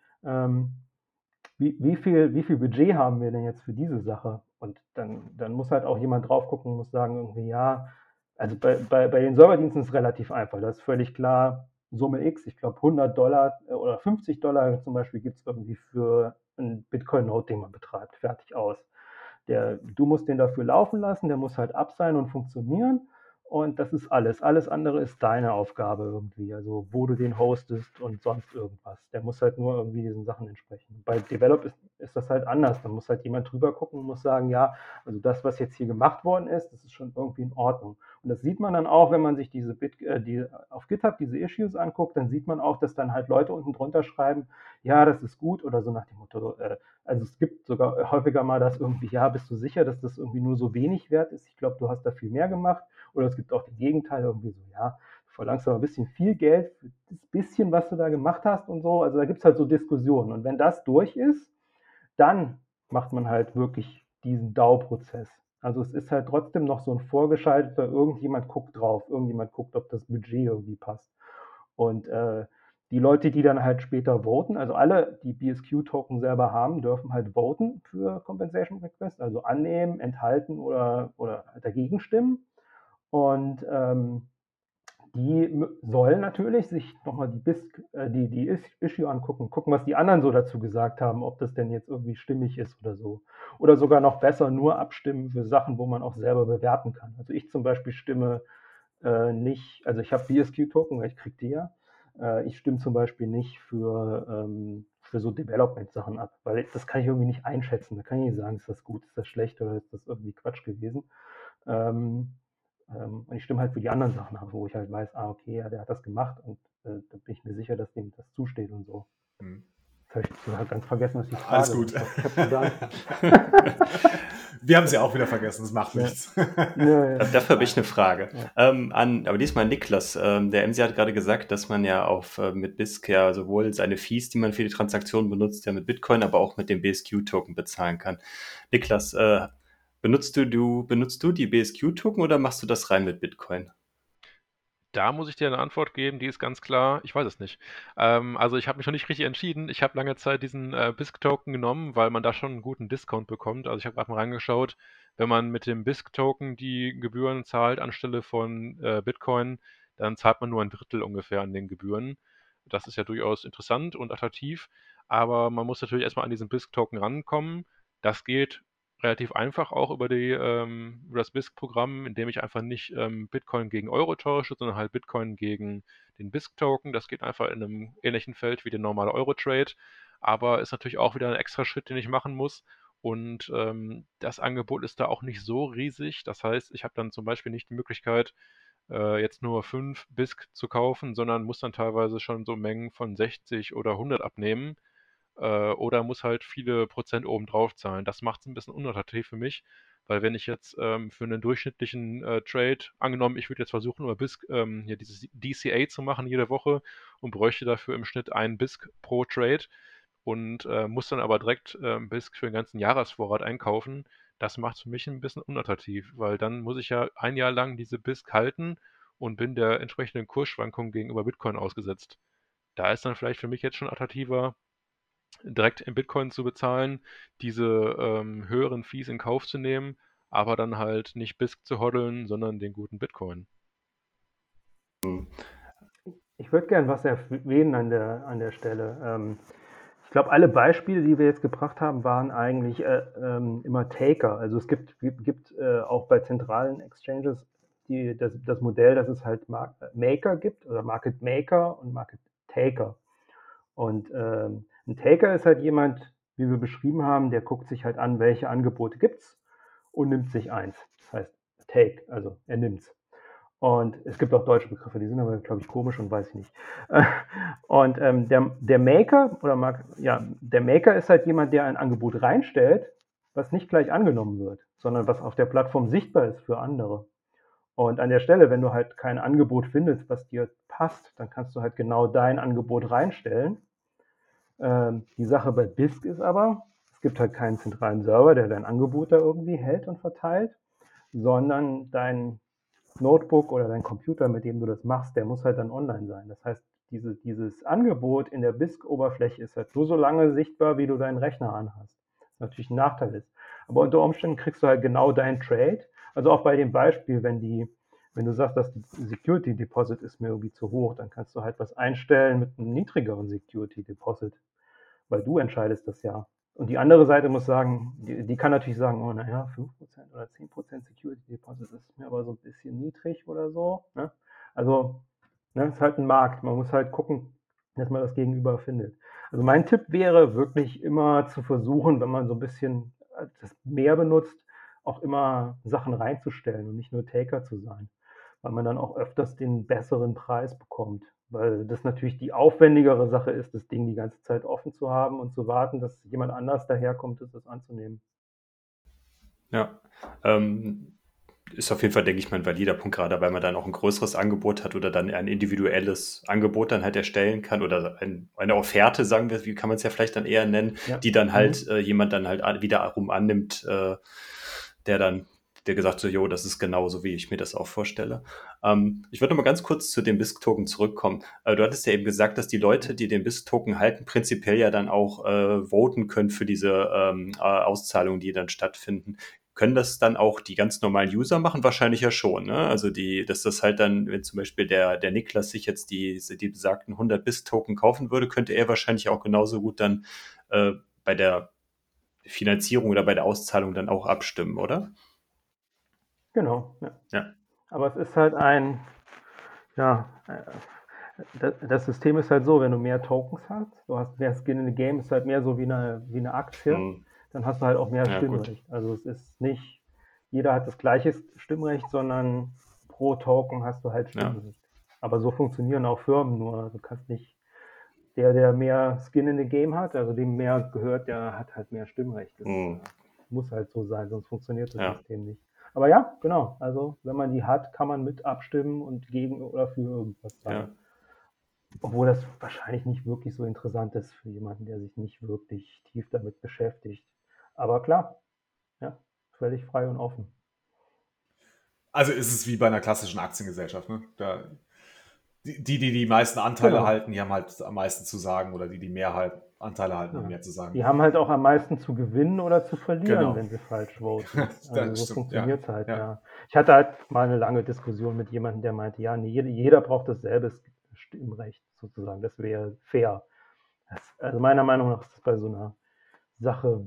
D: Wie viel Budget haben wir denn jetzt für diese Sache? Und dann muss halt auch jemand drauf gucken, muss sagen, irgendwie, ja, also bei den Serverdiensten ist es relativ einfach. Das ist völlig klar, Summe X, ich glaube $100 oder $50 zum Beispiel gibt es irgendwie für einen Bitcoin-Node, den man betreibt, fertig aus. Du musst den dafür laufen lassen, der muss halt ab sein und funktionieren. Und das ist alles. Alles andere ist deine Aufgabe irgendwie. Also wo du den hostest und sonst irgendwas. Der muss halt nur irgendwie diesen Sachen entsprechen. Bei Develop ist das halt anders. Da muss halt jemand drüber gucken und muss sagen, ja, also das, was jetzt hier gemacht worden ist, das ist schon irgendwie in Ordnung. Und das sieht man dann auch, wenn man sich auf GitHub diese Issues anguckt, dann sieht man auch, dass dann halt Leute unten drunter schreiben, ja, das ist gut oder so nach dem Motto, also es gibt sogar häufiger mal das irgendwie, ja, bist du sicher, dass das irgendwie nur so wenig wert ist? Ich glaube, du hast da viel mehr gemacht. Oder es gibt auch das Gegenteil, irgendwie so, ja, du verlangst aber ein bisschen viel Geld für das bisschen, was du da gemacht hast und so. Also da gibt es halt so Diskussionen. Und wenn das durch ist, dann macht man halt wirklich diesen DAO-Prozess. Also es ist halt trotzdem noch so ein vorgeschalteter, irgendjemand guckt drauf, irgendjemand guckt, ob das Budget irgendwie passt. Und die Leute, die dann halt später voten, also alle, die BSQ-Token selber haben, dürfen halt voten für Compensation Request, also annehmen, enthalten oder dagegen stimmen. Und die sollen natürlich sich nochmal die Issue angucken, gucken, was die anderen so dazu gesagt haben, ob das denn jetzt irgendwie stimmig ist oder so. Oder sogar noch besser nur abstimmen für Sachen, wo man auch selber bewerten kann. Also ich zum Beispiel stimme nicht, also ich habe BSQ-Token, weil ich kriege die ja. Ich stimme zum Beispiel nicht für so Development-Sachen ab, weil das kann ich irgendwie nicht einschätzen. Da kann ich nicht sagen, ist das gut, ist das schlecht oder ist das irgendwie Quatsch gewesen. Und ich stimme halt für die anderen Sachen ab, wo ich halt weiß, okay, ja, der hat das gemacht und da bin ich mir sicher, dass dem das zusteht und so. Jetzt habe ich halt ganz vergessen, was die Frage
A: Alles gut.
D: war. Ich hab's gesagt.
A: Wir haben sie auch wieder vergessen, das macht nichts.
B: Dafür habe ich eine Frage. Aber diesmal Niklas. Der MC hat gerade gesagt, dass man ja mit BISC ja sowohl seine Fees, die man für die Transaktion benutzt, ja mit Bitcoin, aber auch mit dem BSQ-Token bezahlen kann. Niklas, benutzt du die BSQ-Token oder machst du das rein mit Bitcoin?
C: Da muss ich dir eine Antwort geben, die ist ganz klar, ich weiß es nicht. Also ich habe mich noch nicht richtig entschieden. Ich habe lange Zeit diesen BISC-Token genommen, weil man da schon einen guten Discount bekommt. Also ich habe gerade mal reingeschaut, wenn man mit dem BISC-Token die Gebühren zahlt anstelle von Bitcoin, dann zahlt man nur ein Drittel ungefähr an den Gebühren. Das ist ja durchaus interessant und attraktiv, aber man muss natürlich erstmal an diesen BISC-Token rankommen. Das geht relativ einfach auch über das BISC-Programm, indem ich einfach nicht Bitcoin gegen Euro tausche, sondern halt Bitcoin gegen den BISC-Token. Das geht einfach in einem ähnlichen Feld wie der normale Euro-Trade, aber ist natürlich auch wieder ein extra Schritt, den ich machen muss. Und das Angebot ist da auch nicht so riesig. Das heißt, ich habe dann zum Beispiel nicht die Möglichkeit, jetzt nur 5 BISC zu kaufen, sondern muss dann teilweise schon so Mengen von 60 oder 100 abnehmen oder muss halt viele Prozent obendrauf zahlen. Das macht es ein bisschen unattraktiv für mich, weil wenn ich jetzt für einen durchschnittlichen Trade, angenommen, ich würde jetzt versuchen, über BISC hier dieses DCA zu machen jede Woche und bräuchte dafür im Schnitt einen BISC pro Trade und muss dann aber direkt BISC für den ganzen Jahresvorrat einkaufen. Das macht es für mich ein bisschen unattraktiv, weil dann muss ich ja ein Jahr lang diese BISC halten und bin der entsprechenden Kursschwankung gegenüber Bitcoin ausgesetzt. Da ist dann vielleicht für mich jetzt schon attraktiver, direkt in Bitcoin zu bezahlen, diese höheren Fees in Kauf zu nehmen, aber dann halt nicht BISC zu hoddeln, sondern den guten Bitcoin.
D: Ich würde gern was erwähnen an der Stelle. Ich glaube, alle Beispiele, die wir jetzt gebracht haben, waren eigentlich immer Taker. Also es gibt auch bei zentralen Exchanges das Modell, dass es halt Maker gibt oder Market Maker und Market Taker. Und ein Taker ist halt jemand, wie wir beschrieben haben, der guckt sich halt an, welche Angebote gibt's und nimmt sich eins. Das heißt Take, also er nimmt's. Und es gibt auch deutsche Begriffe, die sind aber, glaube ich, komisch und weiß ich nicht. Und der Maker der Maker ist halt jemand, der ein Angebot reinstellt, was nicht gleich angenommen wird, sondern was auf der Plattform sichtbar ist für andere. Und an der Stelle, wenn du halt kein Angebot findest, was dir passt, dann kannst du halt genau dein Angebot reinstellen. Die Sache bei BISC ist aber, es gibt halt keinen zentralen Server, der dein Angebot da irgendwie hält und verteilt, sondern dein Notebook oder dein Computer, mit dem du das machst, der muss halt dann online sein. Das heißt, dieses Angebot in der BISC-Oberfläche ist halt nur so lange sichtbar, wie du deinen Rechner anhast. Was natürlich ein Nachteil ist. Aber unter Umständen kriegst du halt genau deinen Trade. Also auch bei dem Beispiel, wenn du sagst, dass die Security Deposit ist mir irgendwie zu hoch, dann kannst du halt was einstellen mit einem niedrigeren Security Deposit, weil du entscheidest das ja. Und die andere Seite muss sagen, die kann natürlich sagen, oh naja, 5% oder 10% Security Deposit ist mir aber so ein bisschen niedrig oder so. Ne? Also, ist halt ein Markt. Man muss halt gucken, dass man das Gegenüber findet. Also mein Tipp wäre wirklich immer zu versuchen, wenn man so ein bisschen das mehr benutzt, auch immer Sachen reinzustellen und nicht nur Taker zu sein, weil man dann auch öfters den besseren Preis bekommt. Weil das natürlich die aufwendigere Sache ist, das Ding die ganze Zeit offen zu haben und zu warten, dass jemand anders daherkommt, das anzunehmen.
B: Ja. ist auf jeden Fall, denke ich mal, ein valider Punkt, gerade weil man dann auch ein größeres Angebot hat oder dann ein individuelles Angebot dann halt erstellen kann oder eine Offerte, sagen wir, wie kann man es ja vielleicht dann eher nennen,
D: Ja.
B: die dann halt jemand dann halt wiederum annimmt, der gesagt so, jo, das ist genauso, wie ich mir das auch vorstelle. Ich würde noch mal ganz kurz zu dem BISC-Token zurückkommen. Du hattest ja eben gesagt, dass die Leute, die den BISC-Token halten, prinzipiell ja dann auch voten können für diese Auszahlungen, die dann stattfinden. Können das dann auch die ganz normalen User machen? Wahrscheinlich ja schon, ne? Also dass das halt dann, wenn zum Beispiel der Niklas sich jetzt die besagten 100 BISC-Token kaufen würde, könnte er wahrscheinlich auch genauso gut dann bei der Finanzierung oder bei der Auszahlung dann auch abstimmen, oder?
D: Genau, ja.
B: Ja.
D: Aber es ist halt das System ist halt so, wenn du mehr Tokens hast, du hast mehr Skin in the Game, ist halt mehr so wie eine Aktie, dann hast du halt auch mehr Stimmrecht. Gut. Also es ist nicht, jeder hat das gleiche Stimmrecht, sondern pro Token hast du halt Stimmrecht. Ja. Aber so funktionieren auch Firmen nur. Du kannst nicht, der mehr Skin in the Game hat, also dem mehr gehört, der hat halt mehr Stimmrecht. Das muss halt so sein, sonst funktioniert das System nicht. Aber ja, genau. Also wenn man die hat, kann man mit abstimmen und gegen oder für irgendwas sein. Ja. Obwohl das wahrscheinlich nicht wirklich so interessant ist für jemanden, der sich nicht wirklich tief damit beschäftigt. Aber klar, ja, völlig frei und offen.
A: Also ist es wie bei einer klassischen Aktiengesellschaft, ne? Die meisten Anteile halten, die haben halt am meisten zu sagen, oder die Mehrheit Anteile halten, haben mehr zu sagen.
D: Die haben halt auch am meisten zu gewinnen oder zu verlieren, wenn sie falsch voten. Also so funktioniert es halt, ja. Ich hatte halt mal eine lange Diskussion mit jemandem, der meinte, ja, nee, jeder braucht dasselbe Stimmrecht sozusagen, das wäre fair. Also meiner Meinung nach ist das bei so einer Sache,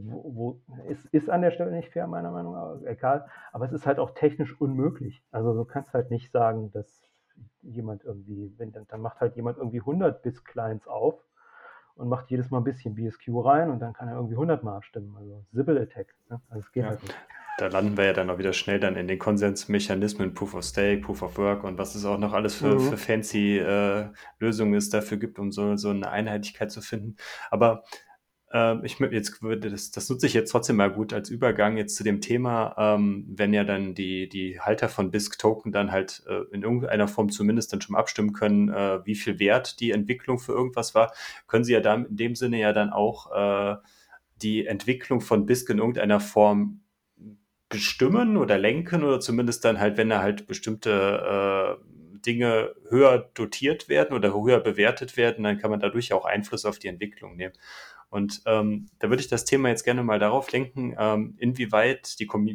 D: ist an der Stelle nicht fair, meiner Meinung nach, egal, aber es ist halt auch technisch unmöglich. Also du kannst halt nicht sagen, dass jemand irgendwie, dann macht halt jemand irgendwie 100 BISC-Clients auf und macht jedes Mal ein bisschen BSQ rein und dann kann er irgendwie 100 Mal abstimmen. Also Sybil-Attack. Ne? Also es geht halt nicht.
B: Da landen wir ja dann auch wieder schnell dann in den Konsensmechanismen, Proof of Stake, Proof of Work und was es auch noch alles für fancy Lösungen es dafür gibt, um so eine Einheitlichkeit zu finden. Aber das nutze ich jetzt trotzdem mal gut als Übergang jetzt zu dem Thema, wenn ja dann die Halter von BISC-Token dann halt in irgendeiner Form zumindest dann schon abstimmen können, wie viel wert die Entwicklung für irgendwas war, können sie ja dann in dem Sinne ja dann auch die Entwicklung von BISC in irgendeiner Form bestimmen oder lenken oder zumindest dann halt, wenn da halt bestimmte Dinge höher dotiert werden oder höher bewertet werden, dann kann man dadurch auch Einfluss auf die Entwicklung nehmen. Und da würde ich das Thema jetzt gerne mal darauf lenken, inwieweit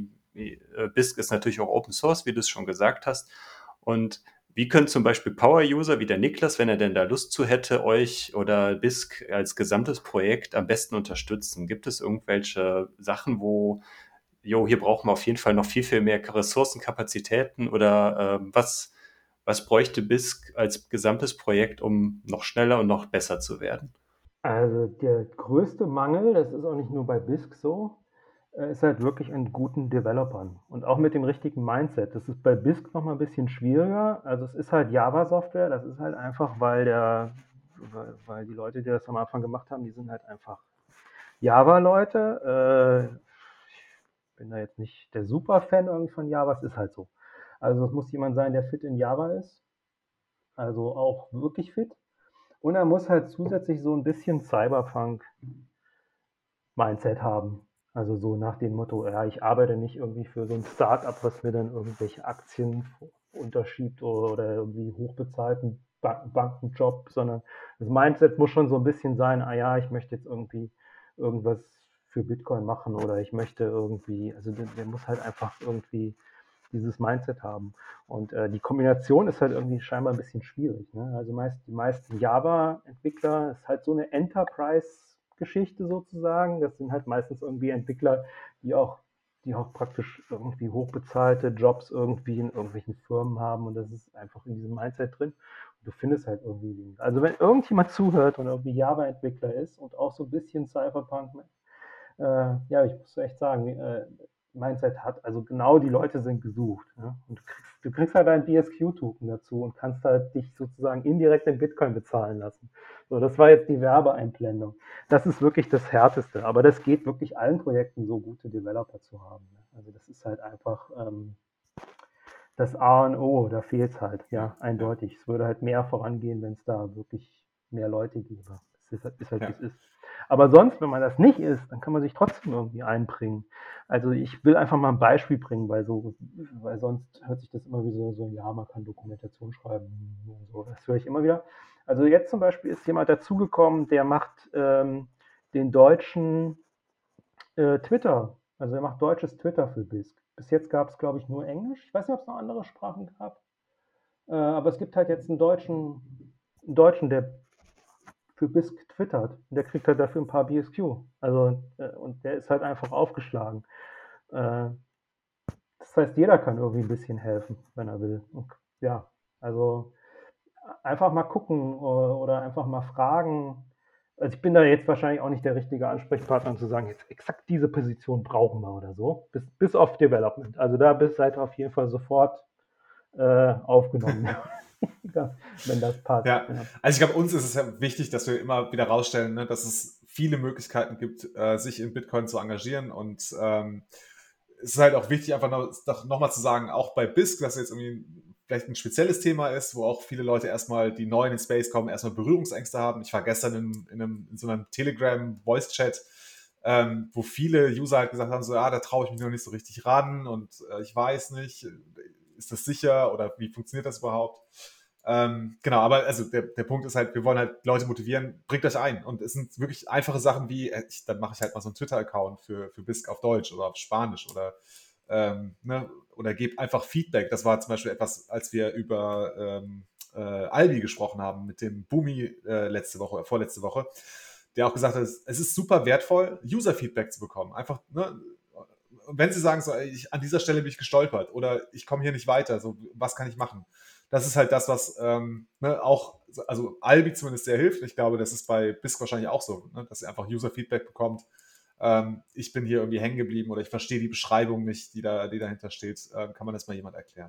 B: BISC ist natürlich auch Open Source, wie du es schon gesagt hast. Und wie können zum Beispiel Power-User wie der Niklas, wenn er denn da Lust zu hätte, euch oder BISC als gesamtes Projekt am besten unterstützen? Gibt es irgendwelche Sachen, wo, hier brauchen wir auf jeden Fall noch viel, viel mehr Ressourcenkapazitäten oder was bräuchte BISC als gesamtes Projekt, um noch schneller und noch besser zu werden?
D: Also der größte Mangel, das ist auch nicht nur bei BISC so, ist halt wirklich an guten Developern und auch mit dem richtigen Mindset. Das ist bei BISC nochmal ein bisschen schwieriger. Also es ist halt Java-Software, das ist halt einfach, weil die Leute, die das am Anfang gemacht haben, die sind halt einfach Java-Leute. Ich bin da jetzt nicht der Super-Fan irgendwie von Java, es ist halt so. Also es muss jemand sein, der fit in Java ist, also auch wirklich fit. Und er muss halt zusätzlich so ein bisschen Cyberpunk-Mindset haben. Also so nach dem Motto, ja, ich arbeite nicht irgendwie für so ein Start-up, was mir dann irgendwelche Aktien unterschiebt oder irgendwie hochbezahlten Bankenjob, sondern das Mindset muss schon so ein bisschen sein, ich möchte jetzt irgendwie irgendwas für Bitcoin machen oder ich möchte irgendwie, also der muss halt einfach irgendwie dieses Mindset haben. Und die Kombination ist halt irgendwie scheinbar ein bisschen schwierig. Ne? Also die meisten Java-Entwickler ist halt so eine Enterprise-Geschichte sozusagen. Das sind halt meistens irgendwie Entwickler, die auch praktisch irgendwie hochbezahlte Jobs irgendwie in irgendwelchen Firmen haben und das ist einfach in diesem Mindset drin. Und du findest halt irgendwie, also wenn irgendjemand zuhört und irgendwie Java-Entwickler ist und auch so ein bisschen Cyberpunk, ich muss echt sagen, Mindset hat, also genau die Leute sind gesucht. Ja? Und du kriegst halt einen BSQ-Token dazu und kannst halt dich sozusagen indirekt in Bitcoin bezahlen lassen. So, das war jetzt die Werbeeinblendung. Das ist wirklich das Härteste, aber das geht wirklich allen Projekten so, gute Developer zu haben. Ne? Also das ist halt einfach, das A und O, da fehlt es halt,
A: Ja,
D: ja,
A: ja,
D: eindeutig. Es würde halt mehr vorangehen, wenn es da wirklich mehr Leute gäbe. Ist halt, wie
A: ja.
D: es ist. Aber sonst, wenn man das nicht ist, dann kann man sich trotzdem irgendwie einbringen. Also ich will einfach mal ein Beispiel bringen, weil sonst hört sich das immer wie so, ja, man kann Dokumentation schreiben und so. Das höre ich immer wieder. Also jetzt zum Beispiel ist jemand dazugekommen, der macht den deutschen Twitter. Also er macht deutsches Twitter für BISC. Bis jetzt gab es, glaube ich, nur Englisch. Ich weiß nicht, ob es noch andere Sprachen gab. Aber es gibt halt jetzt einen Deutschen, der für BISC twittert. Und der kriegt halt dafür ein paar BSQ. Also, und der ist halt einfach aufgeschlagen. Äh, Das heißt, jeder kann irgendwie ein bisschen helfen, wenn er will. Und ja, also einfach mal gucken oder einfach mal fragen. Also ich bin da jetzt wahrscheinlich auch nicht der richtige Ansprechpartner, um zu sagen, jetzt exakt diese Position brauchen wir oder so. Bis auf Development. Also da seid ihr auf jeden Fall sofort aufgenommen, wenn das passt.
A: Ja,
D: Ja.
A: also ich glaube, uns ist es ja wichtig, dass wir immer wieder rausstellen, ne, dass es viele Möglichkeiten gibt, sich in Bitcoin zu engagieren. Und es ist halt auch wichtig, einfach noch mal zu sagen, auch bei BISC, dass jetzt irgendwie vielleicht ein spezielles Thema ist, wo auch viele Leute erstmal, die neu in den Space kommen, erstmal Berührungsängste haben. Ich war gestern in so einem Telegram-Voice-Chat, wo viele User halt gesagt haben, so, ja, da traue ich mich noch nicht so richtig ran und ich weiß nicht, ist das sicher oder wie funktioniert das überhaupt? Genau, aber also der Punkt ist halt, wir wollen halt Leute motivieren, bringt euch ein. Und es sind wirklich einfache Sachen wie, dann mache ich halt mal so einen Twitter-Account für BISC auf Deutsch oder auf Spanisch ne, oder gebt einfach Feedback. Das war zum Beispiel etwas, als wir über Albi gesprochen haben mit dem Boomi letzte Woche, vorletzte Woche, der auch gesagt hat, es ist super wertvoll, User-Feedback zu bekommen. Einfach, ne, wenn sie sagen, so, an dieser Stelle bin ich gestolpert oder ich komme hier nicht weiter, so, was kann ich machen? Das ist halt das, was ne, auch, also Albi zumindest sehr hilft. Ich glaube, das ist bei BISC wahrscheinlich auch so, ne, dass ihr einfach User-Feedback bekommt. Ich bin hier irgendwie hängen geblieben oder ich verstehe die Beschreibung nicht, die dahinter steht. Kann man das mal jemand erklären?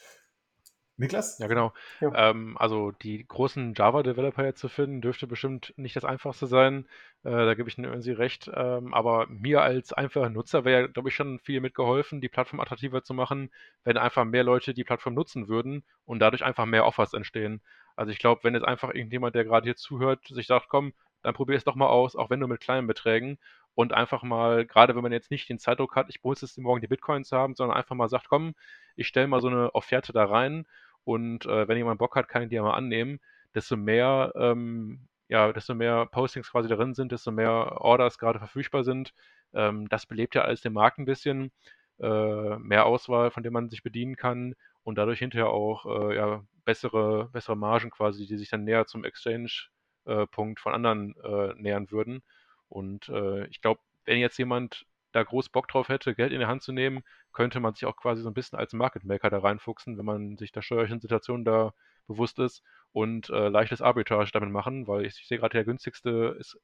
A: Niklas?
C: Ja, genau.
D: Ja.
C: Also die großen Java-Developer jetzt zu finden, dürfte bestimmt nicht das Einfachste sein. Da gebe ich Ihnen irgendwie recht. Aber mir als einfacher Nutzer wäre, glaube ich, schon viel mitgeholfen, die Plattform attraktiver zu machen, wenn einfach mehr Leute die Plattform nutzen würden und dadurch einfach mehr Offers entstehen. Also ich glaube, wenn jetzt einfach irgendjemand, der gerade hier zuhört, sich sagt, komm, dann probier es doch mal aus, auch wenn nur mit kleinen Beträgen und einfach mal, gerade wenn man jetzt nicht den Zeitdruck hat, ich muss jetzt morgen die Bitcoins haben, sondern einfach mal sagt, komm, ich stelle mal so eine Offerte da rein und wenn jemand Bock hat, kann ich die ja mal annehmen. Desto mehr, desto mehr Postings quasi darin sind, desto mehr Orders gerade verfügbar sind. Das belebt ja alles den Markt ein bisschen. Mehr Auswahl, von der man sich bedienen kann und dadurch hinterher auch bessere Margen quasi, die sich dann näher zum Exchange-Punkt von anderen nähern würden. Und ich glaube, wenn jetzt jemand da groß Bock drauf hätte, Geld in die Hand zu nehmen, könnte man sich auch quasi so ein bisschen als Market Maker da reinfuchsen, wenn man sich der steuerlichen Situation da bewusst ist und leichtes Arbitrage damit machen, weil ich sehe gerade, der günstigste ist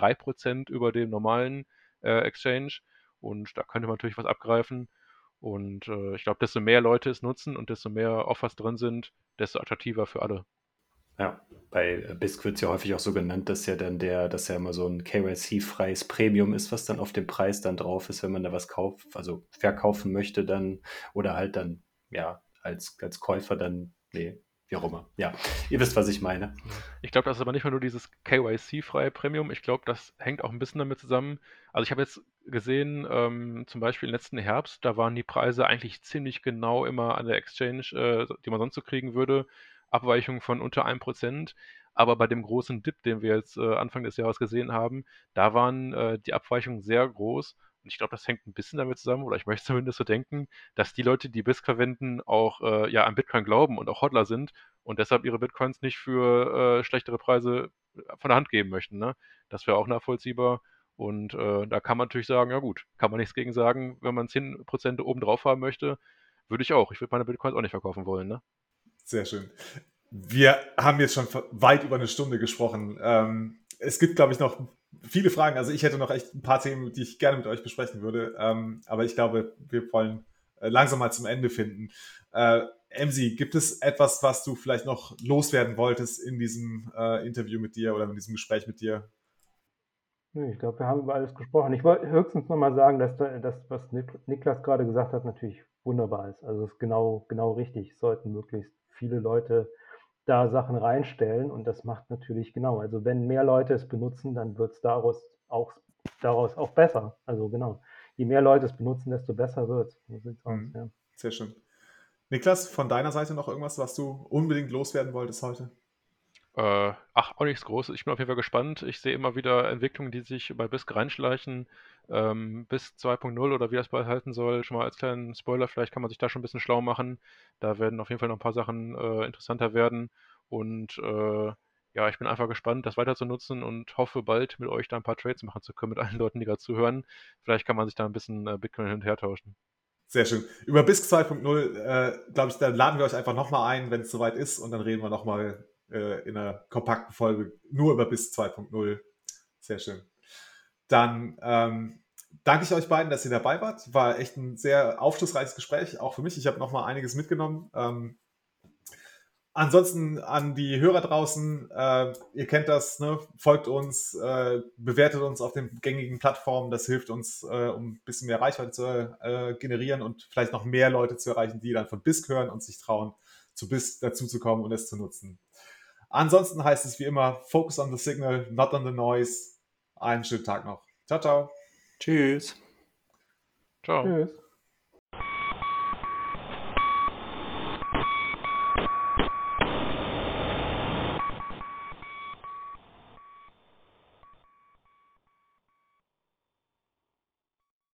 C: 3% über dem normalen Exchange und da könnte man natürlich was abgreifen. Und ich glaube, desto mehr Leute es nutzen und desto mehr Offers drin sind, desto attraktiver für alle.
B: Ja, bei BISC wird es ja häufig auch so genannt, dass ja dann dass ja immer so ein KYC-freies Premium ist, was dann auf dem Preis dann drauf ist, wenn man da was kauft, also verkaufen möchte dann oder halt dann, ja, als Käufer dann, nee, wie auch immer. Ja, ihr wisst, was ich meine.
C: Ich glaube, das ist aber nicht mehr nur dieses KYC-freie Premium. Ich glaube, das hängt auch ein bisschen damit zusammen. Also ich habe jetzt gesehen, zum Beispiel im letzten Herbst, da waren die Preise eigentlich ziemlich genau immer an der Exchange, die man sonst so kriegen würde. Abweichungen von unter 1%. Aber bei dem großen Dip, den wir jetzt Anfang des Jahres gesehen haben, da waren die Abweichungen sehr groß. Und ich glaube, das hängt ein bisschen damit zusammen, oder ich möchte zumindest so denken, dass die Leute, die BISC verwenden, auch an Bitcoin glauben und auch Hodler sind und deshalb ihre Bitcoins nicht für schlechtere Preise von der Hand geben möchten. Ne? Das wäre auch nachvollziehbar. Und da kann man natürlich sagen, ja gut, kann man nichts gegen sagen, wenn man 10% oben drauf haben möchte, würde ich auch. Ich würde meine Bitcoins auch nicht verkaufen wollen. Ne?
A: Sehr schön. Wir haben jetzt schon weit über eine Stunde gesprochen. Es gibt, glaube ich, noch viele Fragen. Also ich hätte noch echt ein paar Themen, die ich gerne mit euch besprechen würde. Aber ich glaube, wir wollen langsam mal zum Ende finden. Emsi, gibt es etwas, was du vielleicht noch loswerden wolltest in diesem Interview mit dir oder in diesem Gespräch mit dir?
D: Nö, ich glaube, wir haben über alles gesprochen. Ich wollte höchstens noch mal sagen, dass was Niklas gerade gesagt hat, natürlich wunderbar ist. Also, es ist genau richtig. Es sollten möglichst viele Leute da Sachen reinstellen und das macht natürlich genau, also, wenn mehr Leute es benutzen, dann wird's daraus auch besser. Also, genau. Je mehr Leute es benutzen, desto besser wird's. So sieht's aus,
A: Mhm.
D: ja.
A: Sehr schön. Niklas, von deiner Seite noch irgendwas, was du unbedingt loswerden wolltest heute?
C: Auch nichts Großes. Ich bin auf jeden Fall gespannt. Ich sehe immer wieder Entwicklungen, die sich bei BISC reinschleichen. BISC 2.0 oder wie das bald halten soll. Schon mal als kleinen Spoiler, vielleicht kann man sich da schon ein bisschen schlau machen. Da werden auf jeden Fall noch ein paar Sachen interessanter werden. Und ja, ich bin einfach gespannt, das weiter zu nutzen und hoffe bald mit euch da ein paar Trades machen zu können, mit allen Leuten, die gerade zuhören. Vielleicht kann man sich da ein bisschen Bitcoin hin und her tauschen.
A: Sehr schön. Über BISC 2.0, glaube ich, da laden wir euch einfach nochmal ein, wenn es soweit ist und dann reden wir nochmal in einer kompakten Folge nur über BISC 2.0. Sehr schön. Dann danke ich euch beiden, dass ihr dabei wart. War echt ein sehr aufschlussreiches Gespräch, auch für mich. Ich habe nochmal einiges mitgenommen. Ansonsten an die Hörer draußen, ihr kennt das, ne? Folgt uns, bewertet uns auf den gängigen Plattformen. Das hilft uns, um ein bisschen mehr Reichweite zu generieren und vielleicht noch mehr Leute zu erreichen, die dann von BISC hören und sich trauen, zu BISC dazuzukommen und es zu nutzen. Ansonsten heißt es wie immer, focus on the signal, not on the noise. Einen schönen Tag noch. Ciao, ciao.
B: Tschüss.
C: Ciao.
D: Tschüss.